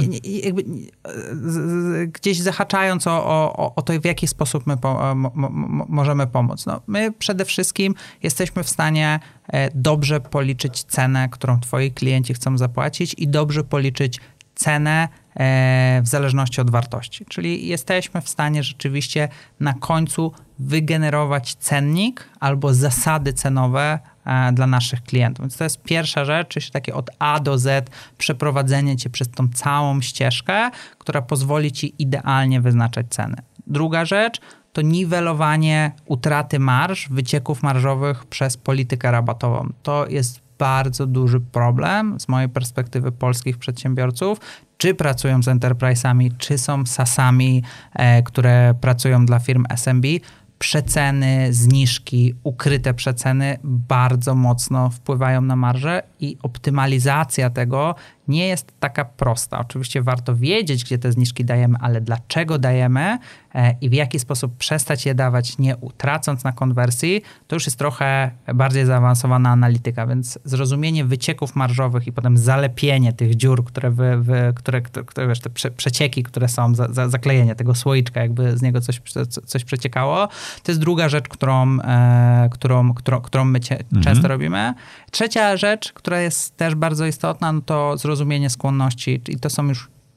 gdzieś zahaczając o to, w jaki sposób my możemy pomóc. No, my przede wszystkim jesteśmy w stanie dobrze policzyć cenę, którą twoi klienci chcą zapłacić i dobrze policzyć cenę w zależności od wartości. Czyli jesteśmy w stanie rzeczywiście na końcu wygenerować cennik albo zasady cenowe dla naszych klientów. Więc to jest pierwsza rzecz, czyli takie od A do Z przeprowadzenie cię przez tą całą ścieżkę, która pozwoli ci idealnie wyznaczać ceny. Druga rzecz to niwelowanie utraty marż, wycieków marżowych przez politykę rabatową. To jest bardzo duży problem z mojej perspektywy polskich przedsiębiorców, czy pracują z enterprise'ami, czy są SaaS-ami, które pracują dla firm SMB. Przeceny, zniżki, ukryte przeceny bardzo mocno wpływają na marżę i optymalizacja tego nie jest taka prosta. Oczywiście warto wiedzieć, gdzie te zniżki dajemy, ale dlaczego dajemy i w jaki sposób przestać je dawać, nie utracąc na konwersji, to już jest trochę bardziej zaawansowana analityka, więc zrozumienie wycieków marżowych i potem zalepienie tych dziur, które wiesz, te przecieki, które są, zaklejenie tego słoiczka, jakby z niego coś przeciekało, to jest druga rzecz, którą my często robimy. Trzecia rzecz, która jest też bardzo istotna, no to zrozumienie skłonności i to są już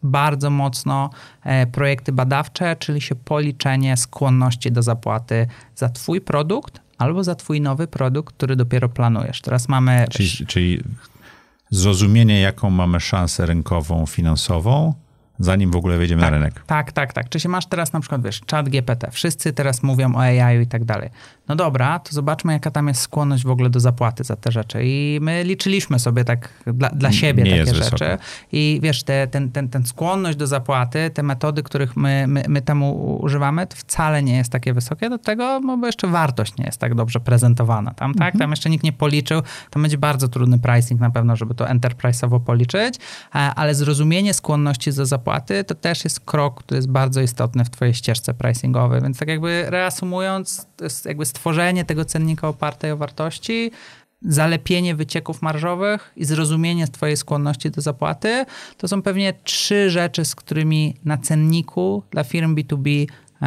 bardzo mocno projekty badawcze, czyli się policzenie skłonności do zapłaty za twój produkt albo za twój nowy produkt, który dopiero planujesz. Teraz mamy... Czyli zrozumienie, jaką mamy szansę rynkową, finansową, zanim w ogóle wejdziemy na rynek. Tak. Czy się masz teraz na przykład, ChatGPT, wszyscy teraz mówią o AI i tak dalej. No dobra, to zobaczmy, jaka tam jest skłonność w ogóle do zapłaty za te rzeczy. I my liczyliśmy sobie tak dla siebie takie rzeczy. Wysoko. I wiesz, ten skłonność do zapłaty, te metody, których my temu używamy, to wcale nie jest takie wysokie. Do tego, bo jeszcze wartość nie jest tak dobrze prezentowana. Tam jeszcze nikt nie policzył. Tam będzie bardzo trudny pricing na pewno, żeby to enterprise'owo policzyć, ale zrozumienie skłonności do zapłaty to też jest krok, który jest bardzo istotny w twojej ścieżce pricingowej. Więc tak jakby reasumując, to jest jakby stworzenie tego cennika opartej o wartości, zalepienie wycieków marżowych i zrozumienie twojej skłonności do zapłaty, to są pewnie 3 rzeczy, z którymi na cenniku dla firm B2B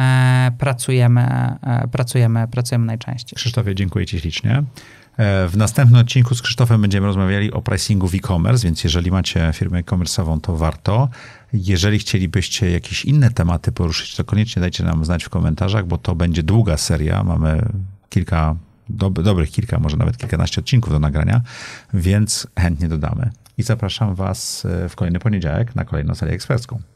pracujemy najczęściej. Krzysztofie, dziękuję ci ślicznie. W następnym odcinku z Krzysztofem będziemy rozmawiali o pricingu w e-commerce, więc jeżeli macie firmę e-commerce'ową, to warto. Jeżeli chcielibyście jakieś inne tematy poruszyć, to koniecznie dajcie nam znać w komentarzach, bo to będzie długa seria. Mamy dobrych kilka, może nawet kilkanaście odcinków do nagrania, więc chętnie dodamy. I zapraszam was w kolejny poniedziałek na kolejną serię ekspercką.